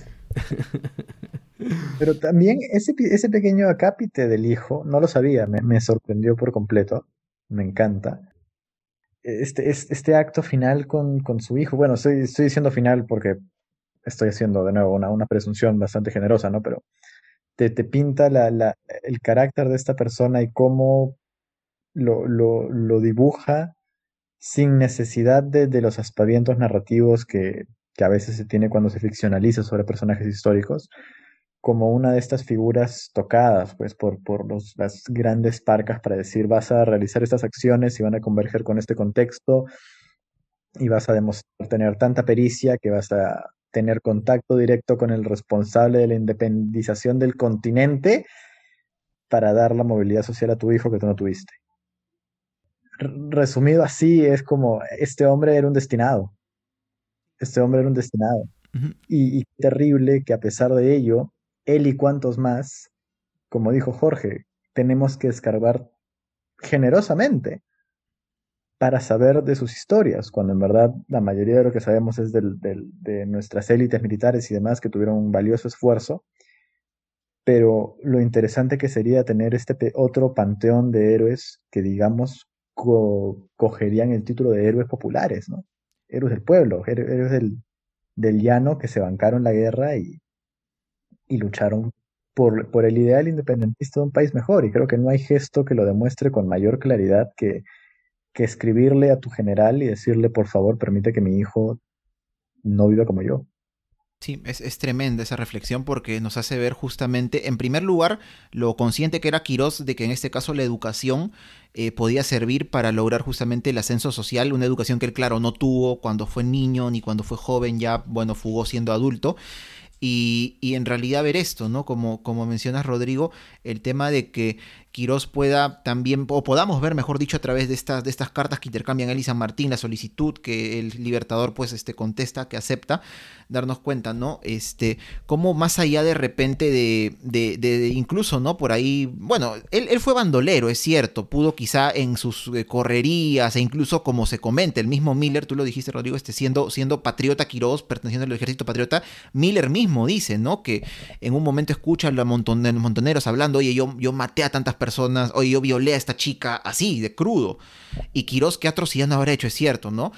Pero también ese, pi- ese pequeño acápite del hijo, no lo sabía, me, me sorprendió por completo. Me encanta. Este, es- este acto final con, con su hijo. Bueno, estoy, estoy diciendo final porque estoy haciendo de nuevo una, una presunción bastante generosa, ¿no? Pero te, te pinta la, la, el carácter de esta persona y cómo lo, lo, lo dibuja sin necesidad de, de los aspavientos narrativos que, que a veces se tiene cuando se ficcionaliza sobre personajes históricos, como una de estas figuras tocadas pues, por, por los, las grandes parcas para decir vas a realizar estas acciones y van a converger con este contexto y vas a demostrar tener tanta pericia que vas a tener contacto directo con el responsable de la independización del continente para dar la movilidad social a tu hijo que tú no tuviste. R- resumido así, es como, este hombre era un destinado, este hombre era un destinado. Ujú. Y, y terrible que a pesar de ello, él y cuantos más, como dijo Jorge, tenemos que escarbar generosamente para saber de sus historias, cuando en verdad la mayoría de lo que sabemos es del- del- de nuestras élites militares y demás que tuvieron un valioso esfuerzo, pero lo interesante que sería tener este pe- otro panteón de héroes que, digamos, co- cogerían el título de héroes populares, ¿no? Héroes del pueblo, héro- héroes del, del llano que se bancaron la guerra y, y lucharon por, por el ideal independentista de un país mejor. Y creo que no hay gesto que lo demuestre con mayor claridad que, que escribirle a tu general y decirle, por favor, permite que mi hijo no viva como yo. Sí, es, es tremenda esa reflexión porque nos hace ver justamente, en primer lugar, lo consciente que era Quirós de que en este caso la educación eh, podía servir para lograr justamente el ascenso social, una educación que él, claro, no tuvo cuando fue niño ni cuando fue joven, ya, bueno, fugó siendo adulto. Y, y en realidad ver esto, ¿no? Como, como mencionas, Rodrigo, el tema de que Quirós pueda también, o podamos ver, mejor dicho, a través de estas, de estas cartas que intercambian él y San Martín, la solicitud que el Libertador pues este, contesta, que acepta, darnos cuenta, ¿no? Este, cómo más allá de repente de, de, de, de incluso, ¿no? Por ahí, bueno, él, él fue bandolero, es cierto, pudo quizá en sus eh, correrías e incluso como se comenta, el mismo Miller, tú lo dijiste, Rodrigo, este, siendo, siendo patriota Quirós, perteneciendo al ejército patriota, Miller mismo dice, ¿no? Que en un momento escucha a los monton- montoneros hablando, oye, yo, yo maté a tantas personas, oye, yo violé a esta chica, así, de crudo. Y Quirós, qué atrocidad no habrá hecho, es cierto, ¿no?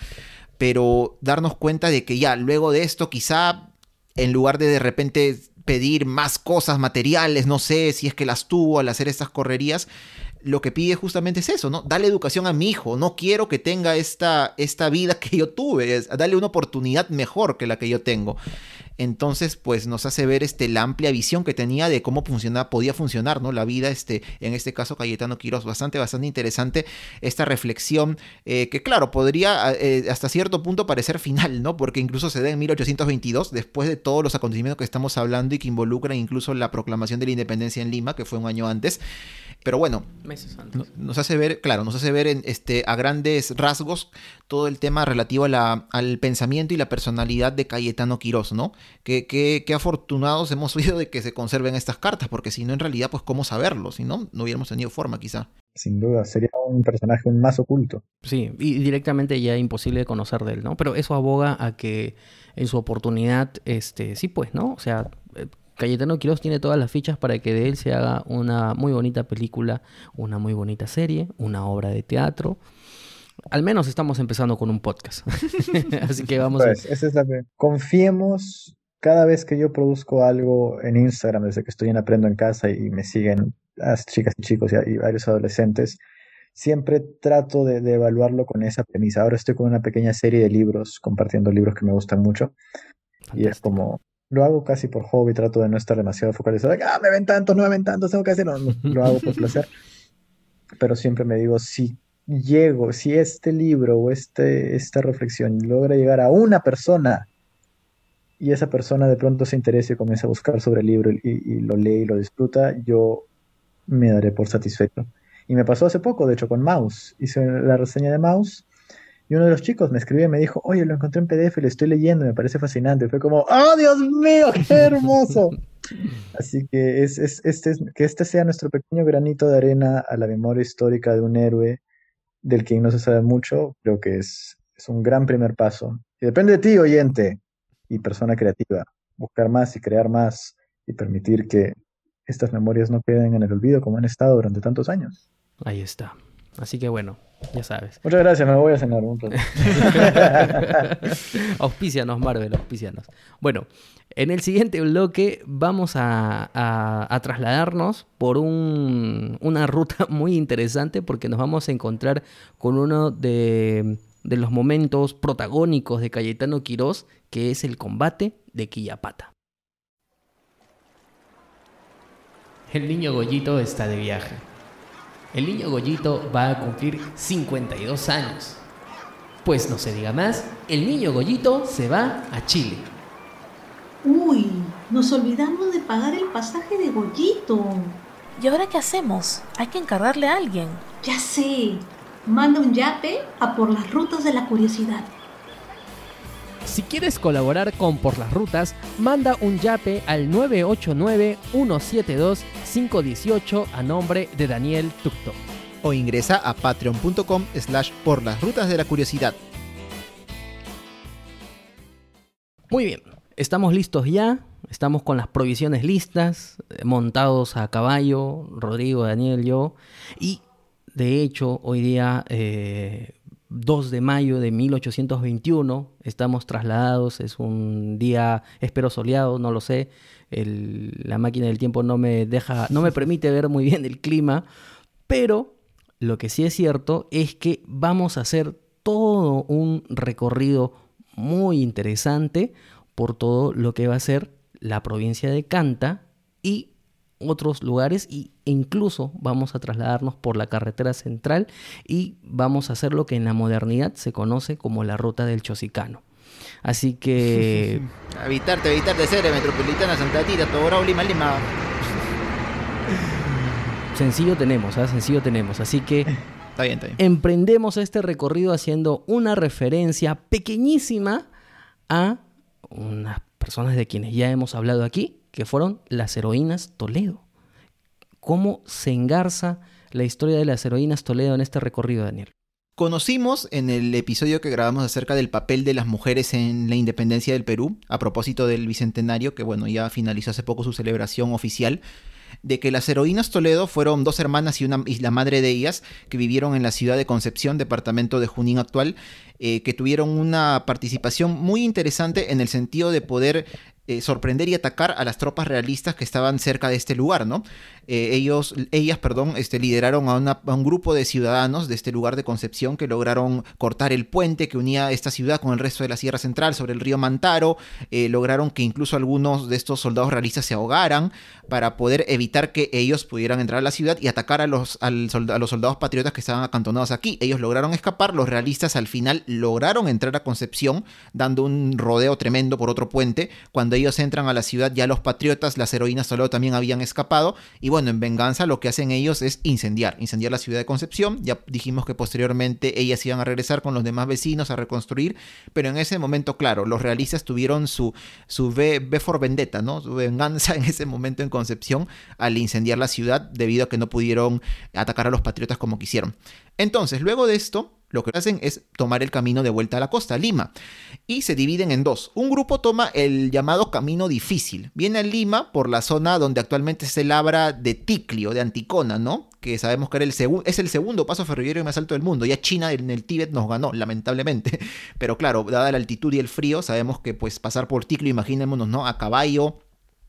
Pero darnos cuenta de que ya, luego de esto, quizá, en lugar de de repente pedir más cosas materiales, no sé si es que las tuvo al hacer estas correrías, lo que pide justamente es eso, ¿no? Dale educación a mi hijo, no quiero que tenga esta, esta vida que yo tuve, es, dale una oportunidad mejor que la que yo tengo. Entonces, pues nos hace ver este, la amplia visión que tenía de cómo funcionaba, podía funcionar, ¿no? La vida, este, en este caso, Cayetano Quirós. Bastante, bastante interesante esta reflexión, eh, que claro, podría eh, hasta cierto punto parecer final, ¿no? Porque incluso se da en mil ochocientos veintidós, después de todos los acontecimientos que estamos hablando y que involucran incluso la proclamación de la independencia en Lima, que fue un año antes. Pero bueno, Meses antes. nos hace ver, claro, nos hace ver en, este, a grandes rasgos todo el tema relativo a la, al pensamiento y la personalidad de Cayetano Quirós, ¿no? Qué, qué, qué afortunados hemos sido de que se conserven estas cartas, porque si no, en realidad, pues, ¿cómo saberlo? Si no, no hubiéramos tenido forma, quizá. Sin duda, sería un personaje más oculto. Sí, y directamente ya imposible de conocer de él, ¿no? Pero eso aboga a que en su oportunidad, este, sí, pues, ¿no? O sea, eh, Cayetano Quirós tiene todas las fichas para que de él se haga una muy bonita película, una muy bonita serie, una obra de teatro. Al menos estamos empezando con un podcast. Así que vamos Pues, a... esa es la... Confiemos, cada vez que yo produzco algo en Instagram, desde que estoy en Aprendo en Casa y me siguen las chicas y chicos y, y varios adolescentes, siempre trato de, de evaluarlo con esa premisa. Ahora estoy con una pequeña serie de libros, compartiendo libros que me gustan mucho. Y es Fantástico. como, lo hago casi por hobby, trato de no estar demasiado focalizado. Ah, me ven tantos, no me ven tantos, tengo que hacerlo. No, lo hago por placer. Pero siempre me digo, si llego, si este libro o este, esta reflexión logra llegar a una persona y esa persona de pronto se interesa y comienza a buscar sobre el libro y, y lo lee y lo disfruta, yo me daré por satisfecho. Y me pasó hace poco, de hecho, con Maus. Hice la reseña de Maus y uno de los chicos me escribió y me dijo, oye, lo encontré en P D F, lo estoy leyendo, me parece fascinante. Y fue como, ¡oh, Dios mío, qué hermoso! Así que, es, es, este es, que este sea nuestro pequeño granito de arena a la memoria histórica de un héroe del que no se sabe mucho, creo que es, es un gran primer paso. Y depende de ti, oyente y persona creativa, buscar más y crear más y permitir que estas memorias no queden en el olvido como han estado durante tantos años. Ahí está. Así que bueno, ya sabes. Muchas gracias, me voy a cenar un rato. Auspícianos, Marvel, auspícianos. Bueno, en el siguiente bloque vamos a, a, a trasladarnos por un, una ruta muy interesante porque nos vamos a encontrar con uno de, de los momentos protagónicos de Cayetano Quirós, que es el combate de Quillapata. El niño Goyito está de viaje. El niño Goyito va a cumplir cincuenta y dos años. Pues no se diga más, el niño Goyito se va a Chile. Uy, nos olvidamos de pagar el pasaje de Goyito. ¿Y ahora qué hacemos? Hay que encargarle a alguien. Ya sé. Manda un yape a Por las Rutas de la Curiosidad. Si quieres colaborar con Por las Rutas, manda un yape al nueve ocho nueve, uno siete dos, cinco uno ocho a nombre de Daniel Tucto. O ingresa a patreon.com slash por las rutas de la curiosidad. Muy bien, estamos listos ya, estamos con las provisiones listas, montados a caballo, Rodrigo, Daniel, yo, y de hecho hoy día, eh, dos de mayo de mil ochocientos veintiuno, estamos trasladados, es un día, espero soleado, no lo sé, el, la máquina del tiempo no me deja, no me permite ver muy bien el clima, pero lo que sí es cierto es que vamos a hacer todo un recorrido muy interesante por todo lo que va a ser la provincia de Canta y otros lugares, y, e incluso vamos a trasladarnos por la carretera central y vamos a hacer lo que en la modernidad se conoce como la ruta del Chosicano. Así que... Evitarte, evitarte ser Metropolitana, Santa Tita, Togorao, Lima, Lima. Sencillo tenemos, ¿eh? Sencillo tenemos. Así que Está bien, está bien. emprendemos este recorrido haciendo una referencia pequeñísima a unas personas de quienes ya hemos hablado aquí, que fueron las heroínas Toledo. ¿Cómo se engarza la historia de las heroínas Toledo en este recorrido, Daniel? Conocimos en el episodio que grabamos acerca del papel de las mujeres en la independencia del Perú, a propósito del Bicentenario, que bueno, ya finalizó hace poco su celebración oficial, de que las heroínas Toledo fueron dos hermanas y, una, y la madre de ellas, que vivieron en la ciudad de Concepción, departamento de Junín actual, eh, que tuvieron una participación muy interesante en el sentido de poder eh, sorprender y atacar a las tropas realistas que estaban cerca de este lugar, ¿no? Eh, ellos, ellas, perdón, este, lideraron a, una, a un grupo de ciudadanos de este lugar de Concepción que lograron cortar el puente que unía esta ciudad con el resto de la Sierra Central sobre el río Mantaro, eh, lograron que incluso algunos de estos soldados realistas se ahogaran para poder evitar que ellos pudieran entrar a la ciudad y atacar a los, al solda- a los soldados patriotas que estaban acantonados aquí. Ellos lograron escapar, los realistas al final lograron entrar a Concepción, dando un rodeo tremendo por otro puente. Cuando ellos entran a la ciudad, ya los patriotas, las heroínas Toledo también habían escapado, y bueno, en venganza lo que hacen ellos es incendiar, incendiar la ciudad de Concepción. Ya dijimos que posteriormente ellas iban a regresar con los demás vecinos a reconstruir, pero en ese momento, claro, los realistas tuvieron su, su V, V for Vendetta, ¿no? Su venganza en ese momento en Concepción al incendiar la ciudad, debido a que no pudieron atacar a los patriotas como quisieron. Entonces, luego de esto, lo que hacen es tomar el camino de vuelta a la costa, a Lima, y se dividen en dos. Un grupo toma el llamado Camino Difícil. Viene a Lima por la zona donde actualmente se labra de Ticlio, de Anticona, ¿no? Que sabemos que era el segu- es el segundo paso ferroviario más alto del mundo. Ya China en el Tíbet nos ganó, lamentablemente. Pero claro, dada la altitud y el frío, sabemos que pues pasar por Ticlio, imaginémonos, ¿no? A caballo,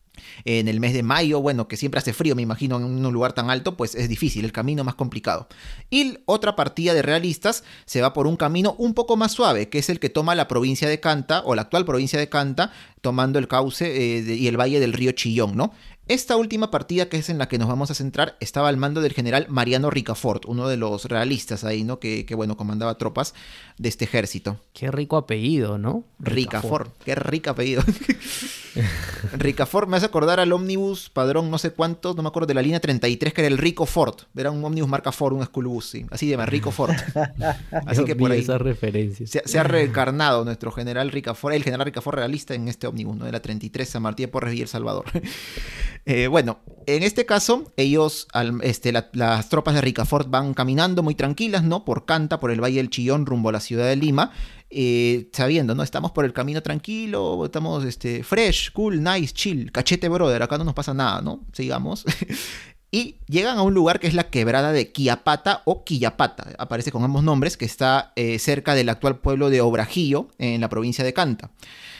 en el mes de mayo, bueno, que siempre hace frío, me imagino, en un lugar tan alto, pues es difícil, el camino más complicado. Y otra partida de realistas se va por un camino un poco más suave, que es el que toma la provincia de Canta, o la actual provincia de Canta, tomando el cauce eh, de, y el valle del río Chillón, ¿no? Esta última partida, que es en la que nos vamos a centrar, estaba al mando del general Mariano Ricafort, uno de los realistas ahí, ¿no? Que, que bueno, comandaba tropas de este ejército. Qué rico apellido, ¿no? Ricafort, qué rico apellido. Ricafort me hace acordar al ómnibus Padrón no sé cuánto, no me acuerdo, de la línea treinta y tres, que era el Rico Ford. Era un ómnibus marca Ford, un school bus, sí. Así se llama, Rico Ford. Así que por ahí esa referencia. se, se ha reencarnado nuestro general Ricafort, el general Ricafort realista en este ómnibus, ¿no? De la treinta y tres, San Martín de Porres y El Salvador. Eh, bueno, en este caso, ellos, al, este, la, las tropas de Ricafort van caminando muy tranquilas, ¿no? Por Canta, por el Valle del Chillón, rumbo a la ciudad de Lima, eh, sabiendo, ¿no? Estamos por el camino tranquilo, estamos este, fresh, cool, nice, chill, cachete brother, acá no nos pasa nada, ¿no? Sigamos. Y llegan a un lugar que es la quebrada de Quillapata o Quillapata, aparece con ambos nombres, que está eh, cerca del actual pueblo de Obrajillo, en la provincia de Canta.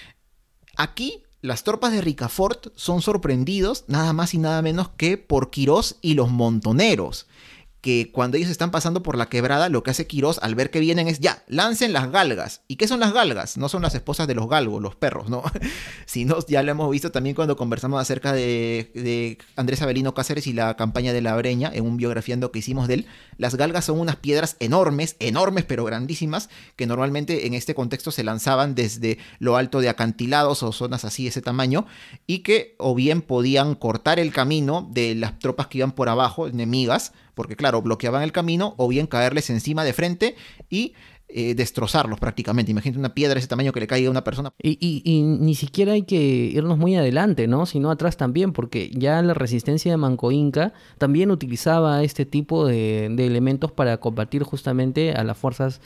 Aquí las tropas de Ricafort son sorprendidos nada más y nada menos que por Quirós y los montoneros, que cuando ellos están pasando por la quebrada, lo que hace Quirós al ver que vienen es, ya, lancen las galgas. ¿Y qué son las galgas? No son las esposas de los galgos, los perros, ¿no? Sino, ya lo hemos visto también cuando conversamos acerca de, de Andrés Avelino Cáceres y la campaña de la Breña, en un biografiando que hicimos de él. Las galgas son unas piedras enormes, enormes pero grandísimas, que normalmente en este contexto se lanzaban desde lo alto de acantilados o zonas así de ese tamaño, y que o bien podían cortar el camino de las tropas que iban por abajo, enemigas, porque claro, bloqueaban el camino, o bien caerles encima de frente y eh, destrozarlos prácticamente. Imagínate una piedra de ese tamaño que le caiga a una persona. Y, y, y ni siquiera hay que irnos muy adelante, ¿no? Sino atrás también, porque ya la resistencia de Manco Inca también utilizaba este tipo de, de elementos para combatir justamente a las fuerzas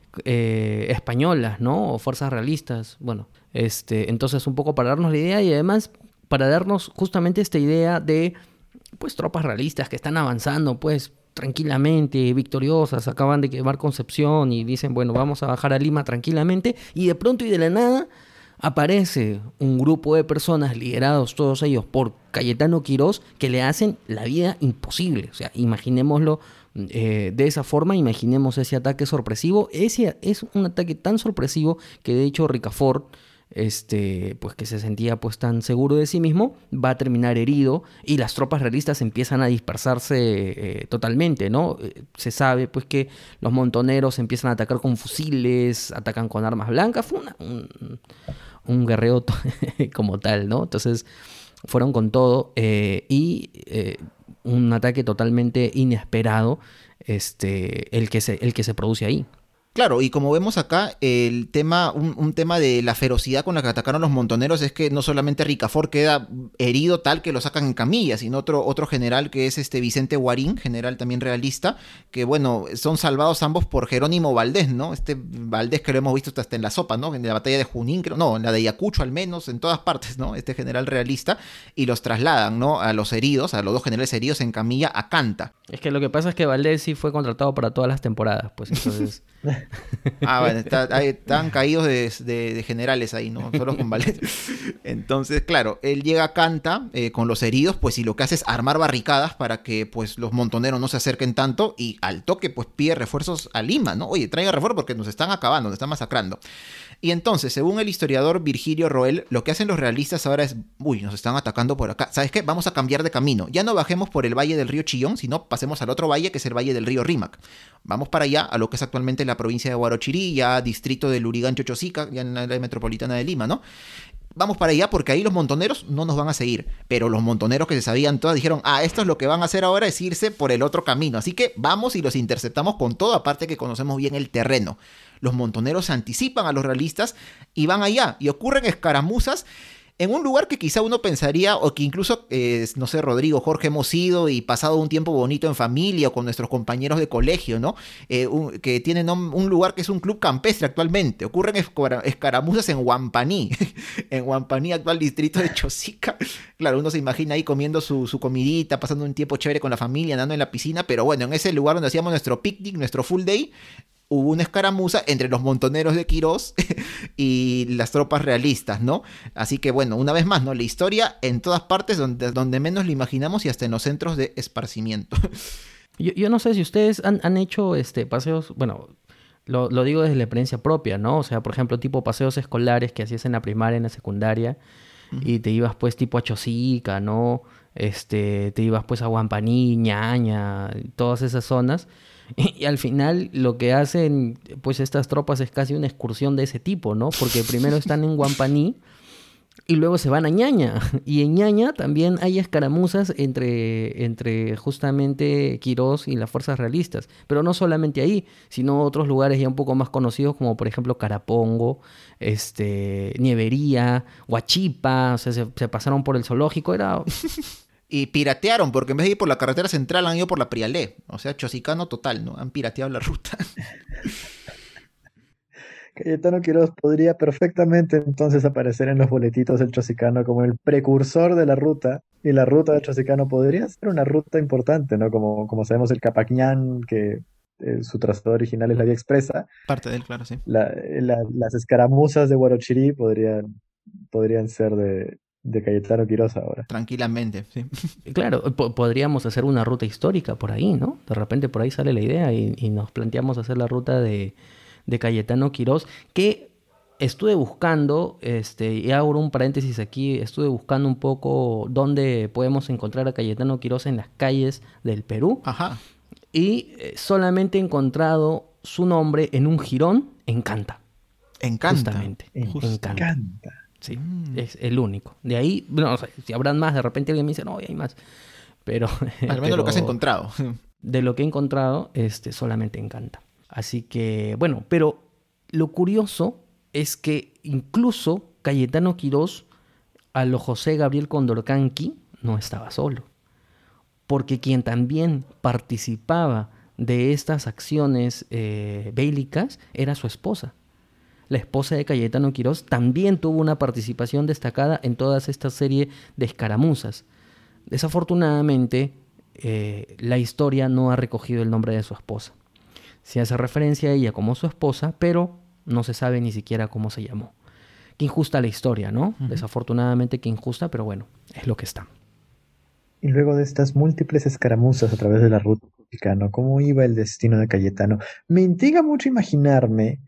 eh, españolas, ¿no? O fuerzas realistas. Bueno, este, entonces un poco para darnos la idea y además para darnos justamente esta idea de pues tropas realistas que están avanzando pues tranquilamente, victoriosas, acaban de quemar Concepción y dicen, bueno, vamos a bajar a Lima tranquilamente, y de pronto y de la nada aparece un grupo de personas liderados todos ellos por Cayetano Quirós que le hacen la vida imposible. O sea, imaginémoslo eh, de esa forma, imaginemos ese ataque sorpresivo. Ese es un ataque tan sorpresivo que de hecho Ricafort, este, pues que se sentía pues tan seguro de sí mismo, va a terminar herido y las tropas realistas empiezan a dispersarse eh, totalmente, ¿no? Eh, se sabe pues que los montoneros empiezan a atacar con fusiles, atacan con armas blancas, fue una, un, un guerrero como tal, ¿no? Entonces fueron con todo eh, y eh, un ataque totalmente inesperado, este, el que se, el que se produce ahí. Claro, y como vemos acá, el tema, un, un tema de la ferocidad con la que atacaron los montoneros es que no solamente Ricafort queda herido tal que lo sacan en camilla, sino otro, otro general que es este Vicente Guarín, general también realista, que bueno, son salvados ambos por Jerónimo Valdés, ¿no? Este Valdés que lo hemos visto hasta en la sopa, ¿no? En la batalla de Junín, creo, no, en la de Ayacucho al menos, en todas partes, ¿no? Este general realista, y los trasladan, ¿no? A los heridos, a los dos generales heridos en camilla a Canta. Es que lo que pasa es que Valdés sí fue contratado para todas las temporadas, pues entonces... Ah, bueno, está, ahí, están caídos de, de, de generales ahí, ¿no? Solo con Valdés. Entonces, claro, él llega a Canta eh, con los heridos, pues, y lo que hace es armar barricadas para que, pues, los montoneros no se acerquen tanto, y al toque, pues, pide refuerzos a Lima, ¿no? Oye, traiga refuerzos porque nos están acabando, nos están masacrando. Y entonces, según el historiador Virgilio Roel, lo que hacen los realistas ahora es, uy, nos están atacando por acá. ¿Sabes qué? Vamos a cambiar de camino. Ya no bajemos por el valle del río Chillón, sino pasemos al otro valle, que es el valle del río Rímac. Vamos para allá, a lo que es actualmente la provincia de Huarochirí, ya distrito de Lurigancho-Chosica, ya en la área metropolitana de Lima, ¿no? Vamos para allá porque ahí los montoneros no nos van a seguir. Pero los montoneros que se sabían todas dijeron, ah, esto es lo que van a hacer ahora, es irse por el otro camino. Así que vamos y los interceptamos con todo, aparte que conocemos bien el terreno. Los montoneros se anticipan a los realistas y van allá. Y ocurren escaramuzas en un lugar que quizá uno pensaría, o que incluso, eh, no sé, Rodrigo, Jorge, hemos ido y pasado un tiempo bonito en familia o con nuestros compañeros de colegio, ¿no? Eh, un, que tienen un, un lugar que es un club campestre actualmente. Ocurren escaramuzas en Huampaní, en Huampaní, actual distrito de Chosica. Claro, uno se imagina ahí comiendo su, su comidita, pasando un tiempo chévere con la familia, andando en la piscina, pero bueno, en ese lugar donde hacíamos nuestro picnic, nuestro full day, hubo una escaramuza entre los montoneros de Quirós y las tropas realistas, ¿no? Así que bueno, una vez más, ¿no? La historia en todas partes donde, donde menos lo imaginamos y hasta en los centros de esparcimiento. Yo, yo no sé si ustedes han, han hecho este paseos, bueno, lo, lo digo desde la experiencia propia, ¿no? O sea, por ejemplo, tipo paseos escolares que hacías en la primaria, en la secundaria, uh-huh. Y te ibas pues tipo a Chosica, ¿no? Este, te ibas pues a Huampaní, Ñaña, todas esas zonas. Y al final lo que hacen pues estas tropas es casi una excursión de ese tipo, ¿no? Porque primero están en Huampaní y luego se van a Ñaña. Y en Ñaña también hay escaramuzas entre, entre justamente Quirós y las fuerzas realistas. Pero no solamente ahí, sino otros lugares ya un poco más conocidos como por ejemplo Carapongo, este, Nievería, Huachipa, o sea, se, se pasaron por el zoológico, era... Y piratearon, porque en vez de ir por la carretera central han ido por la Prialé. O sea, chosicano total, ¿no? Han pirateado la ruta. Cayetano Quirós podría perfectamente entonces aparecer en los boletitos del Chosicano como el precursor de la ruta. Y la ruta del Chosicano podría ser una ruta importante, ¿no? Como, como sabemos el Capañán, que eh, su trazado original es la vía expresa. Parte de él, claro, sí. La, la, las escaramuzas de Huarochirí podrían, podrían ser de... de Cayetano Quirós ahora. Tranquilamente, sí. Claro, po- podríamos hacer una ruta histórica por ahí, ¿no? De repente por ahí sale la idea y, y nos planteamos hacer la ruta de, de Cayetano Quirós, que estuve buscando, este, y abro un paréntesis aquí, estuve buscando un poco dónde podemos encontrar a Cayetano Quirós en las calles del Perú, Ajá. y eh, solamente he encontrado su nombre en un jirón en Canta. Encanta. Justamente, Me en Canta. encanta. Sí, Mm. es el único. De ahí, bueno, o sea, si habrán más, de repente alguien me dice, no, hay más. Pero, Al menos lo que has pero encontrado. de lo que he encontrado, este, solamente encanta. Así que, bueno, pero lo curioso es que incluso Cayetano Quirós, a lo José Gabriel Condorcanqui, no estaba solo. Porque quien también participaba de estas acciones eh, bélicas era su esposa. La esposa de Cayetano Quirós también tuvo una participación destacada en toda esta serie de escaramuzas. Desafortunadamente, eh, la historia no ha recogido el nombre de su esposa. Se hace referencia a ella como su esposa, pero no se sabe ni siquiera cómo se llamó. Qué injusta la historia, ¿no? Ujú. Desafortunadamente qué injusta, pero bueno, es lo que está. Y luego de estas múltiples escaramuzas a través de la ruta mexicana, ¿cómo iba el destino de Cayetano? Me intriga mucho imaginarme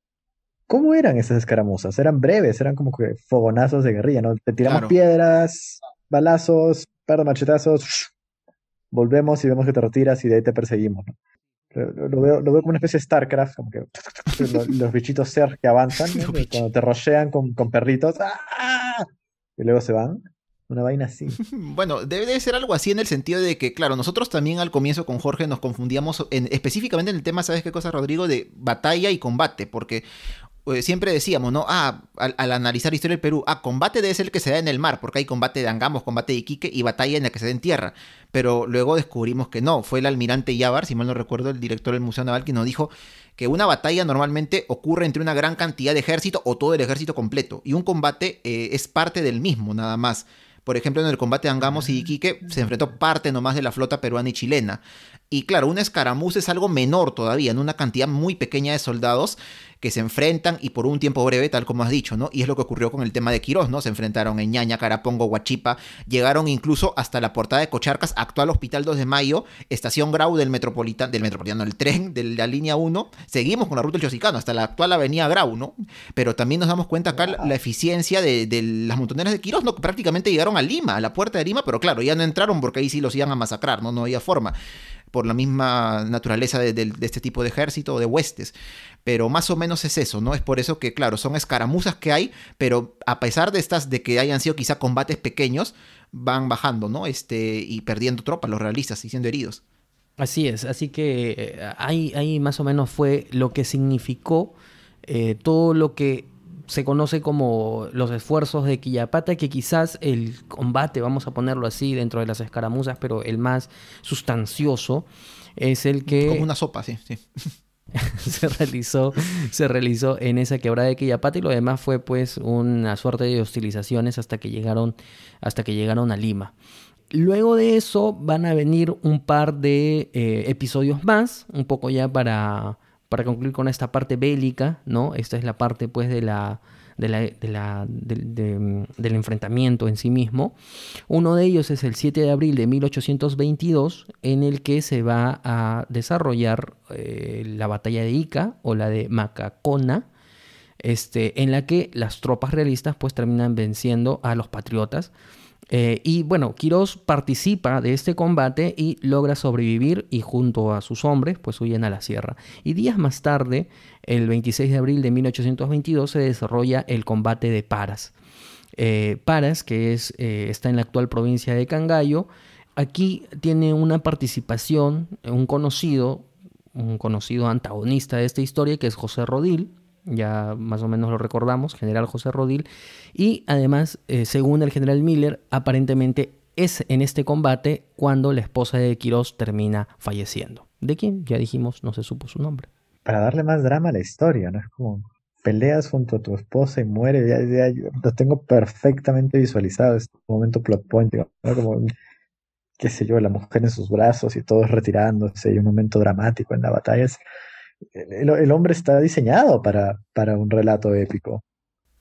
cómo eran esas escaramuzas. Eran breves, eran como que fogonazos de guerrilla, ¿no? Te tiramos Claro. piedras, balazos, par de machetazos, volvemos y vemos que te retiras y de ahí te perseguimos, ¿no? Lo, lo veo, lo veo como una especie de StarCraft, como que los, los bichitos Zerg que avanzan, ¿no? Los bichos. Cuando te rushean con, con perritos, ¡ah! Y luego se van. Una vaina así. Bueno, debe de ser algo así en el sentido de que, claro, nosotros también al comienzo con Jorge nos confundíamos en, específicamente en el tema, ¿sabes qué cosa, Rodrigo? De batalla y combate, porque eh, siempre decíamos, ¿no? Ah, al, al analizar historia del Perú, ah, combate debe ser el que se da en el mar, porque hay combate de Angamos, combate de Iquique y batalla en la que se da en tierra. Pero luego descubrimos que no, fue el almirante Yávar, si mal no recuerdo, el director del Museo Naval, que nos dijo que una batalla normalmente ocurre entre una gran cantidad de ejército o todo el ejército completo, y un combate eh, es parte del mismo, nada más. Por ejemplo, en el combate de Angamos y Iquique se enfrentó parte nomás de la flota peruana y chilena. Y claro, una escaramuza es algo menor todavía, en una cantidad muy pequeña de soldados que se enfrentan y por un tiempo breve, tal como has dicho, ¿no? Y es lo que ocurrió con el tema de Quirós, ¿no? Se enfrentaron en Ñaña, Carapongo, Huachipa, llegaron incluso hasta la portada de Cocharcas, actual Hospital dos de Mayo, estación Grau del Metropolitano, del Metropolitano, el tren de la línea uno. Seguimos con la ruta del Chosicano, hasta la actual avenida Grau, ¿no? Pero también nos damos cuenta acá la, la eficiencia de, de las montoneras de Quirós, ¿no? Que prácticamente llegaron a Lima, a la puerta de Lima, pero claro, ya no entraron porque ahí sí los iban a masacrar, ¿no? No había forma, por la misma naturaleza de, de, de este tipo de ejército o de huestes. Pero más o menos es eso, ¿no? Es por eso que, claro, son escaramuzas que hay, pero a pesar de estas, de que hayan sido quizá combates pequeños, van bajando, ¿no? Este, y perdiendo tropas los realistas y siendo heridos. Así es, así que eh, ahí, ahí más o menos fue lo que significó eh, todo lo que se conoce como los esfuerzos de Quillapata, que quizás el combate, vamos a ponerlo así, dentro de las escaramuzas, pero el más sustancioso es el que Como una sopa, sí, sí. se realizó, se realizó en esa quebrada de Quillapata, y lo demás fue pues una suerte de hostilizaciones hasta que llegaron, hasta que llegaron a Lima. Luego de eso van a venir un par de eh, episodios más, un poco ya para, para concluir con esta parte bélica, ¿no? Esta es la parte pues de la, de la, de la, de, de, del enfrentamiento en sí mismo. Uno de ellos es el siete de abril de mil ochocientos veintidós, en el que se va a desarrollar eh, la batalla de Ica o la de Macacona, este, en la que las tropas realistas pues terminan venciendo a los patriotas. Eh, y bueno, Quirós participa de este combate y logra sobrevivir, y junto a sus hombres pues huyen a la sierra. Y días más tarde, el veintiséis de abril de mil ochocientos veintidós, se desarrolla el combate de Paras. Eh, Paras, que es, eh, está en la actual provincia de Cangallo. Aquí tiene una participación un conocido, un conocido antagonista de esta historia, que es José Rodil. Ya más o menos lo recordamos, general José Rodil. Y además, eh, según el general Miller, aparentemente es en este combate cuando la esposa de Quirós termina falleciendo. ¿De quién? Ya dijimos, no se supo su nombre. Para darle más drama a la historia, ¿no? Es como peleas junto a tu esposa y muere. Ya, ya, ya lo tengo perfectamente visualizado, este momento plot point, ¿no? Como, qué sé yo, la mujer en sus brazos y todos retirándose, y un momento dramático en la batalla. Es, el, el hombre está diseñado para, para un relato épico.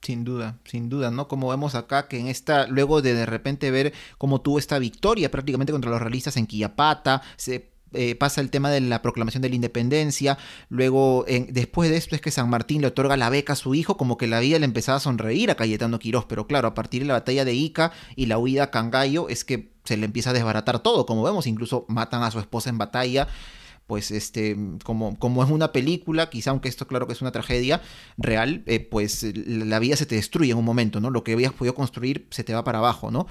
Sin duda, sin duda, ¿no? Como vemos acá, que en esta, luego de de repente ver cómo tuvo esta victoria prácticamente contra los realistas en Quillapata, se eh, pasa el tema de la proclamación de la independencia, luego en, después de esto es que San Martín le otorga la beca a su hijo, como que la vida le empezaba a sonreír a Cayetano Quirós, pero claro, a partir de la batalla de Ica y la huida a Cangallo es que se le empieza a desbaratar todo, como vemos, incluso matan a su esposa en batalla. Pues este, como, como es una película, quizá aunque esto claro que es una tragedia real, eh, pues la vida se te destruye en un momento, ¿no? Lo que habías podido construir se te va para abajo, ¿no?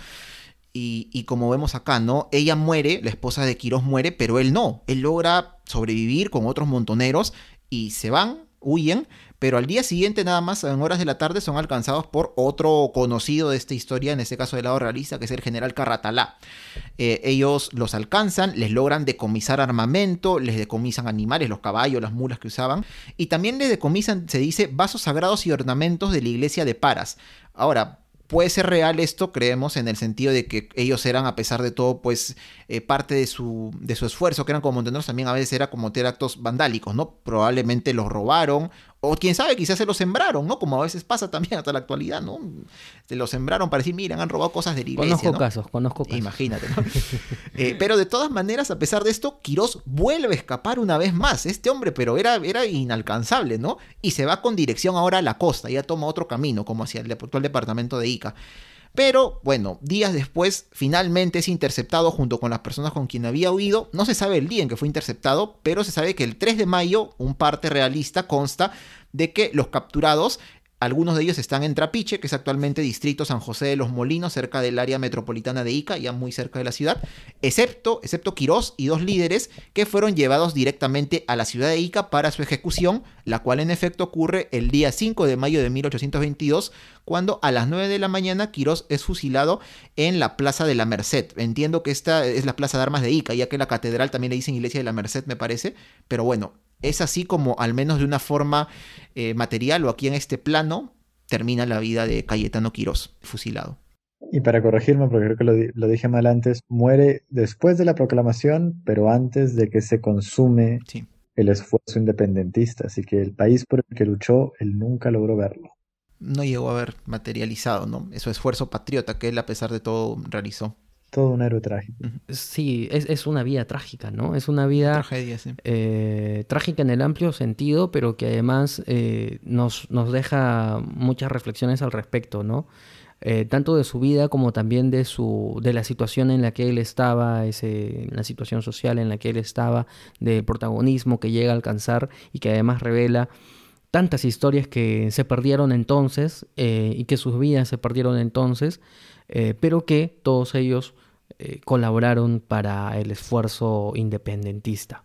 Y, y como vemos acá, ¿no? Ella muere, la esposa de Quirós muere, pero él no. Él logra sobrevivir con otros montoneros y se van, huyen, pero al día siguiente nada más en horas de la tarde son alcanzados por otro conocido de esta historia, en este caso del lado realista, que es el general Carratalá. Eh, ellos los alcanzan, les logran decomisar armamento, les decomisan animales, los caballos, las mulas que usaban, y también les decomisan, se dice, vasos sagrados y ornamentos de la iglesia de Paras. Ahora, puede ser real esto, creemos, en el sentido de que ellos eran, a pesar de todo, pues eh, parte de su, de su esfuerzo, que eran como montoneros, también a veces era cometer actos vandálicos, ¿no? Probablemente los robaron, o quién sabe, quizás se los sembraron, ¿no? Como a veces pasa también hasta la actualidad, ¿no? Se los sembraron para decir, miren, han robado cosas de la iglesia, Conozco ¿no? casos, conozco casos. Imagínate, ¿no? eh, pero de todas maneras, a pesar de esto, Quirós vuelve a escapar una vez más. Este hombre, pero era, era inalcanzable, ¿no? Y se va con dirección ahora a la costa, ya toma otro camino, como hacia el actual departamento de Ica. Pero, bueno, días después, finalmente es interceptado junto con las personas con quien había huido. No se sabe el día en que fue interceptado, pero se sabe que el tres de mayo, un parte realista consta de que los capturados, algunos de ellos están en Trapiche, que es actualmente distrito San José de los Molinos, cerca del área metropolitana de Ica, ya muy cerca de la ciudad, excepto, excepto Quirós y dos líderes que fueron llevados directamente a la ciudad de Ica para su ejecución, la cual en efecto ocurre el día cinco de mayo de mil ochocientos veintidós, cuando a las nueve de la mañana Quirós es fusilado en la Plaza de la Merced. Entiendo que esta es la Plaza de Armas de Ica, ya que la catedral también le dicen Iglesia de la Merced, me parece, pero bueno, es así como, al menos de una forma eh, material o aquí en este plano, termina la vida de Cayetano Quirós, fusilado. Y para corregirme, porque creo que lo, di- lo dije mal antes, muere después de la proclamación, pero antes de que se consume Sí. el esfuerzo independentista. Así que el país por el que luchó, él nunca logró verlo. No llegó a ver materializado, ¿no? Su esfuerzo patriota que él, a pesar de todo, realizó. Todo un héroe trágico. Sí, es, es una vida trágica, ¿no? Es una vida Tragedia, sí. eh, trágica en el amplio sentido, pero que además eh, nos, nos deja muchas reflexiones al respecto, ¿no? Eh, tanto de su vida como también de su de la situación en la que él estaba, ese, la situación social en la que él estaba, del protagonismo que llega a alcanzar y que además revela tantas historias que se perdieron entonces eh, y que sus vidas se perdieron entonces, eh, pero que todos ellos eh, colaboraron para el esfuerzo independentista.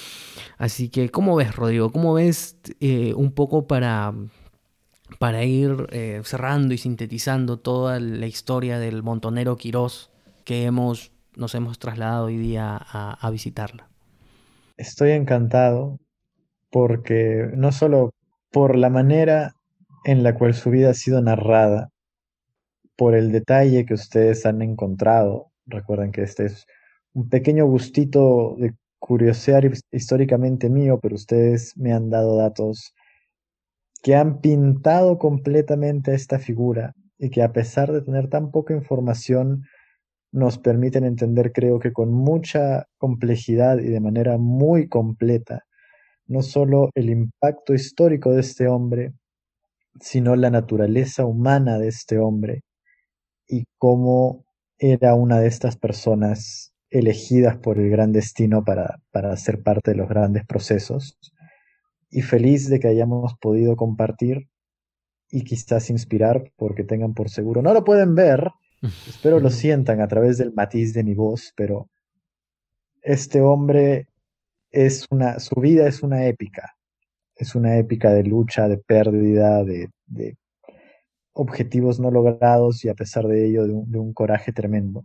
Así que, ¿cómo ves, Rodrigo? ¿Cómo ves eh, un poco para, para ir eh, cerrando y sintetizando toda la historia del montonero Quirós que hemos, nos hemos trasladado hoy día a, a visitarla? Estoy encantado porque no solo por la manera en la cual su vida ha sido narrada, por el detalle que ustedes han encontrado. Recuerden que este es un pequeño gustito de curiosear his- históricamente mío, pero ustedes me han dado datos que han pintado completamente a esta figura y que a pesar de tener tan poca información, nos permiten entender, creo que con mucha complejidad y de manera muy completa, no solo el impacto histórico de este hombre, sino la naturaleza humana de este hombre y cómo era una de estas personas elegidas por el gran destino para, para ser parte de los grandes procesos. Y feliz de que hayamos podido compartir y quizás inspirar, porque tengan por seguro, no lo pueden ver, espero lo sientan a través del matiz de mi voz, pero este hombre es una, su vida es una épica, es una épica de lucha, de pérdida, de, de objetivos no logrados y a pesar de ello de un, de un coraje tremendo.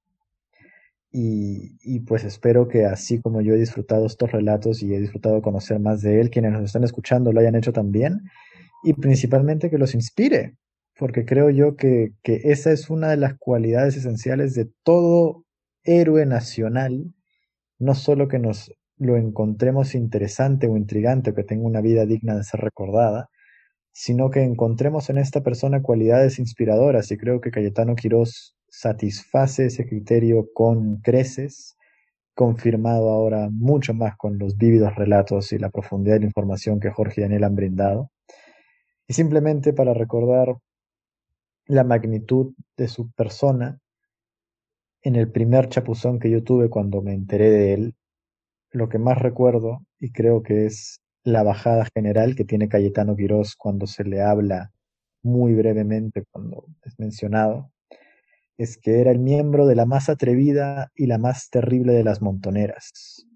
Y, y pues espero que así como yo he disfrutado estos relatos y he disfrutado conocer más de él, quienes nos están escuchando lo hayan hecho también, y principalmente que los inspire, porque creo yo que, que esa es una de las cualidades esenciales de todo héroe nacional, no solo que nos lo encontremos interesante o intrigante o que tenga una vida digna de ser recordada, sino que encontremos en esta persona cualidades inspiradoras, y creo que Cayetano Quirós satisface ese criterio con creces, confirmado ahora mucho más con los vívidos relatos y la profundidad de la información que Jorge y Daniel han brindado. Y simplemente para recordar la magnitud de su persona, en el primer chapuzón que yo tuve cuando me enteré de él, lo que más recuerdo, y creo que es la bajada general que tiene Cayetano Quirós cuando se le habla muy brevemente, cuando es mencionado, es que era el miembro de la más atrevida y la más terrible de las montoneras.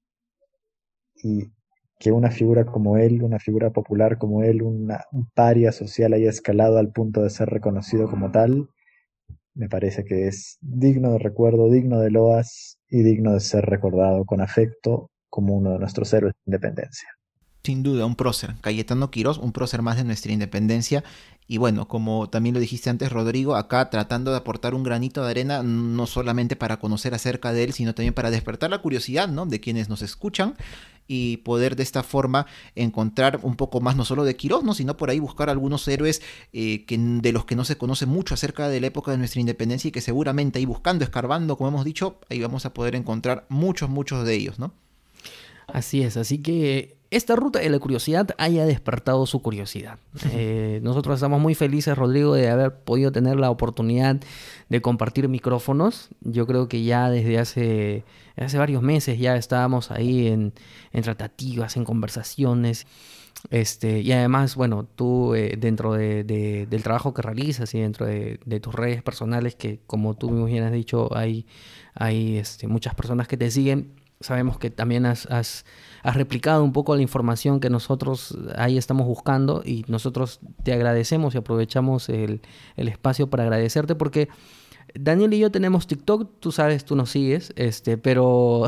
Y que una figura como él, una figura popular como él, una, un paria social haya escalado al punto de ser reconocido como tal, me parece que es digno de recuerdo, digno de loas y digno de ser recordado con afecto como uno de nuestros héroes de independencia. Sin duda, un prócer. Cayetano Quirós, un prócer más de nuestra independencia. Y bueno, como también lo dijiste antes, Rodrigo, acá tratando de aportar un granito de arena, no solamente para conocer acerca de él, sino también para despertar la curiosidad, ¿no?, de quienes nos escuchan, y poder de esta forma encontrar un poco más, no solo de Quirós, ¿no?, sino por ahí buscar algunos héroes eh, que, de los que no se conoce mucho acerca de la época de nuestra independencia, y que seguramente ahí buscando, escarbando, como hemos dicho, ahí vamos a poder encontrar muchos, muchos de ellos, ¿no? Así es, así que esta ruta de la curiosidad haya despertado su curiosidad. Eh, nosotros estamos muy felices, Rodrigo, de haber podido tener la oportunidad de compartir micrófonos. Yo creo que ya desde hace, hace varios meses ya estábamos ahí en, en tratativas, en conversaciones. Este, y además, bueno, tú eh, dentro de, de, del trabajo que realizas y dentro de, de tus redes personales, que como tú muy bien has dicho, hay, hay este, muchas personas que te siguen. Sabemos que también has, has, has replicado un poco la información que nosotros ahí estamos buscando, y nosotros te agradecemos y aprovechamos el, el espacio para agradecerte, porque Daniel y yo tenemos TikTok, tú sabes, tú nos sigues, este, pero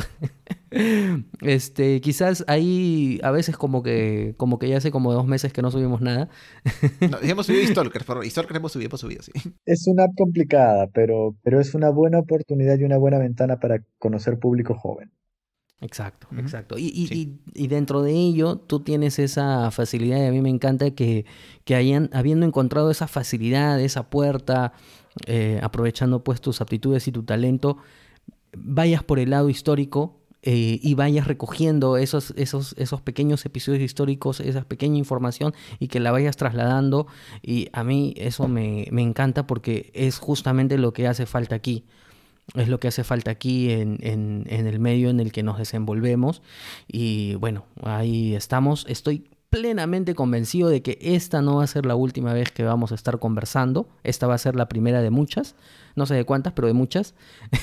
este, quizás ahí a veces como que, como que ya hace como dos meses que no subimos nada. No, hemos subido Stalker, por Stalker hemos subido, hemos subido, sí. Es una app complicada, pero, pero es una buena oportunidad y una buena ventana para conocer público joven. Exacto, Ujú. exacto. Y, y, Sí. y, y dentro de ello tú tienes esa facilidad, y a mí me encanta que, que hayan, habiendo encontrado esa facilidad, esa puerta, eh, aprovechando pues tus aptitudes y tu talento, vayas por el lado histórico eh, y vayas recogiendo esos, esos, esos pequeños episodios históricos, esa pequeña información, y que la vayas trasladando. Y a mí eso me, me encanta, porque es justamente lo que hace falta aquí. Es lo que hace falta aquí en, en, en el medio en el que nos desenvolvemos. Y bueno, ahí estamos. Estoy plenamente convencido de que esta no va a ser la última vez que vamos a estar conversando. Esta va a ser la primera de muchas. No sé de cuántas, pero de muchas.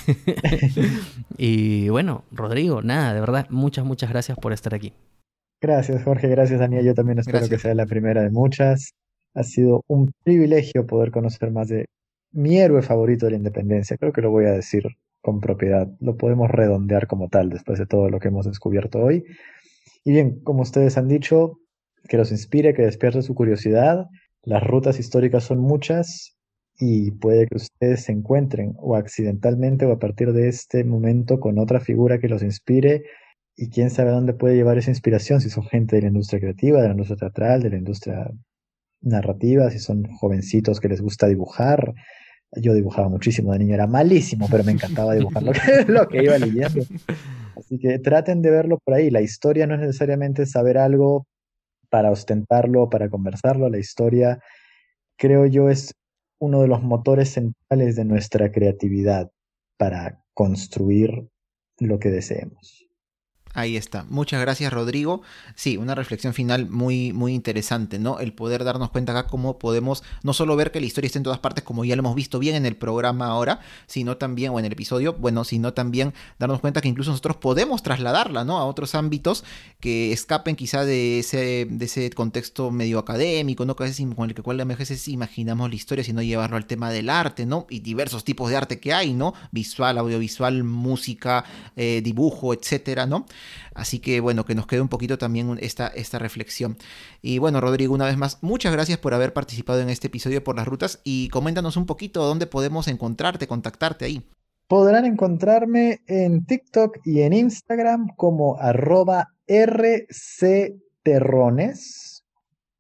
Y bueno, Rodrigo, nada, de verdad, muchas, muchas gracias por estar aquí. Gracias, Jorge, gracias, Daniel. Yo también espero Gracias. que sea la primera de muchas. Ha sido un privilegio poder conocer más de mi héroe favorito de la independencia. Creo que lo voy a decir con propiedad. Lo podemos redondear como tal después de todo lo que hemos descubierto hoy. Y bien, como ustedes han dicho, que los inspire, que despierte su curiosidad. Las rutas históricas son muchas, y puede que ustedes se encuentren o accidentalmente o a partir de este momento con otra figura que los inspire, y quién sabe dónde puede llevar esa inspiración, si son gente de la industria creativa, de la industria teatral, de la industria narrativa, si son jovencitos que les gusta dibujar. Yo dibujaba muchísimo de niño, era malísimo, pero me encantaba dibujar lo que, lo que iba leyendo. Así que traten de verlo por ahí. La historia no es necesariamente saber algo para ostentarlo, para conversarlo. La historia, creo yo, es uno de los motores centrales de nuestra creatividad para construir lo que deseemos. Ahí está. Muchas gracias, Rodrigo. Sí, una reflexión final muy, muy interesante, ¿no? El poder darnos cuenta acá cómo podemos no solo ver que la historia está en todas partes, como ya lo hemos visto bien en el programa ahora, sino también, o en el episodio, bueno, sino también darnos cuenta que incluso nosotros podemos trasladarla, ¿no?, a otros ámbitos que escapen quizá de ese, de ese contexto medio académico, ¿no?, que a veces, con el que cual a veces imaginamos la historia, sino llevarlo al tema del arte, ¿no? Y diversos tipos de arte que hay, ¿no? Visual, audiovisual, música, eh, dibujo, etcétera, ¿no? Así que bueno, que nos quede un poquito también esta, esta reflexión. Y bueno, Rodrigo, una vez más, muchas gracias por haber participado en este episodio de Por las Rutas, y coméntanos un poquito dónde podemos encontrarte, contactarte ahí. Podrán encontrarme en TikTok y en Instagram como arroba rcterrones.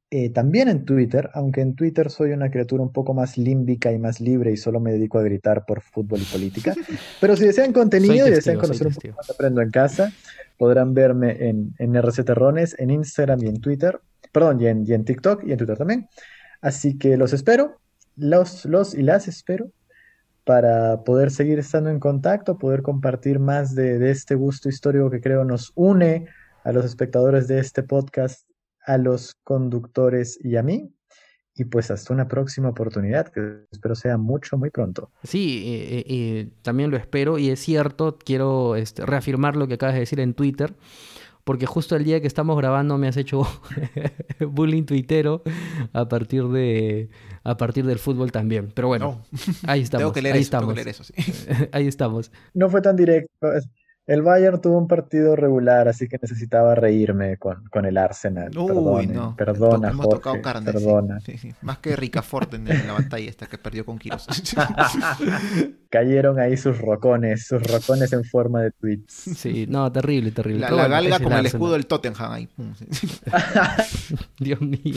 eh, también en Twitter, aunque en Twitter soy una criatura un poco más límbica y más libre y solo me dedico a gritar por fútbol y política. Pero si desean contenido Soy y testigo, desean soy conocer un testigo. poco más Aprendo en Casa, podrán verme en, en R C Terrones, en Instagram y en Twitter. Perdón, y en, y en TikTok y en Twitter también. Así que los espero, los, los y las espero para poder seguir estando en contacto, poder compartir más de, de este gusto histórico que creo nos une a los espectadores de este podcast, a los conductores y a mí. Y pues hasta una próxima oportunidad, que espero sea mucho, muy pronto. Sí, eh, eh, también lo espero y es cierto, quiero este, reafirmar lo que acabas de decir en Twitter, porque justo el día que estamos grabando me has hecho bullying tuitero a partir de a partir del fútbol también. Pero bueno, No. ahí estamos. Tengo que leer ahí eso, tengo estamos. que leer eso, sí. Ahí estamos. No fue tan directo. El Bayern tuvo un partido regular, así que necesitaba reírme con, con el Arsenal. Uy, Perdone, no. perdona, Hemos Jorge, tocado carne, sí. perdona. Sí, sí. Más que Ricafort en, en la batalla esta que perdió con Quirós. Cayeron ahí sus rocones, sus rocones en forma de tweets. Sí, no, terrible, terrible. La, Pero la bueno, galga es el con el Arsenal. escudo del Tottenham ahí. Pum, sí. Dios mío.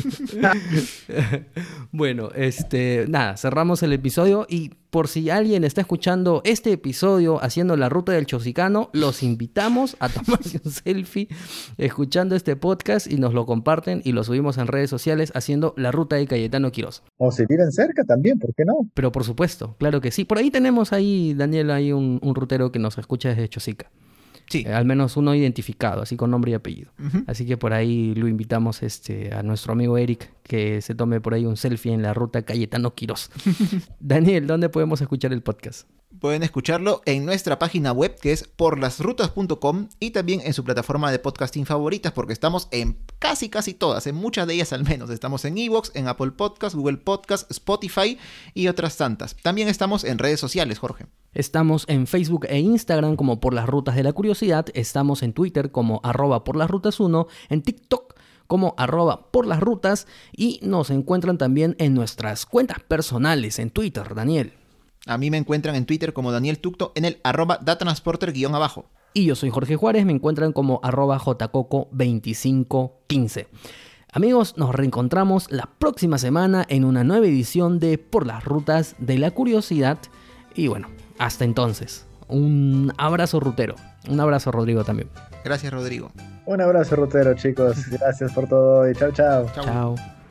Bueno, este, nada, cerramos el episodio y por si alguien está escuchando este episodio haciendo la ruta del Chosicano, los invitamos a tomarse un selfie escuchando este podcast y nos lo comparten y lo subimos en redes sociales haciendo la ruta de Cayetano Quirós. O si viven cerca también, ¿por qué no? Pero por supuesto, claro que sí. Por ahí tenemos ahí, Daniel, ahí un, un rutero que nos escucha desde Chosica. Sí. Eh, al menos uno identificado, así con nombre y apellido. Ujú. Así que por ahí lo invitamos este, a nuestro amigo Eric que se tome por ahí un selfie en la ruta Cayetano Quirós. Daniel, ¿dónde podemos escuchar el podcast? Pueden escucharlo en nuestra página web que es por las rutas punto com y también en su plataforma de podcasting favoritas porque estamos en casi casi todas, en muchas de ellas al menos. Estamos en iVoox, en Apple Podcast, Google Podcast, Spotify y otras tantas. También estamos en redes sociales, Jorge. Estamos en Facebook e Instagram como Por las Rutas de la Curiosidad. Estamos en Twitter como arroba por las rutas uno, en TikTok como arroba por las rutas y nos encuentran también en nuestras cuentas personales en Twitter, Daniel. A mí me encuentran en Twitter como Daniel Tucto en el arroba datansporter guión abajo. Y yo soy Jorge Juárez, me encuentran como arroba jcoco veinticinco quince. Amigos, nos reencontramos la próxima semana en una nueva edición de Por las Rutas de la Curiosidad. Y bueno, hasta entonces, un abrazo rutero. Un abrazo, Rodrigo, también. Gracias, Rodrigo. Un abrazo, rutero, chicos. Gracias por todo y chao, chao. Chau. Chao.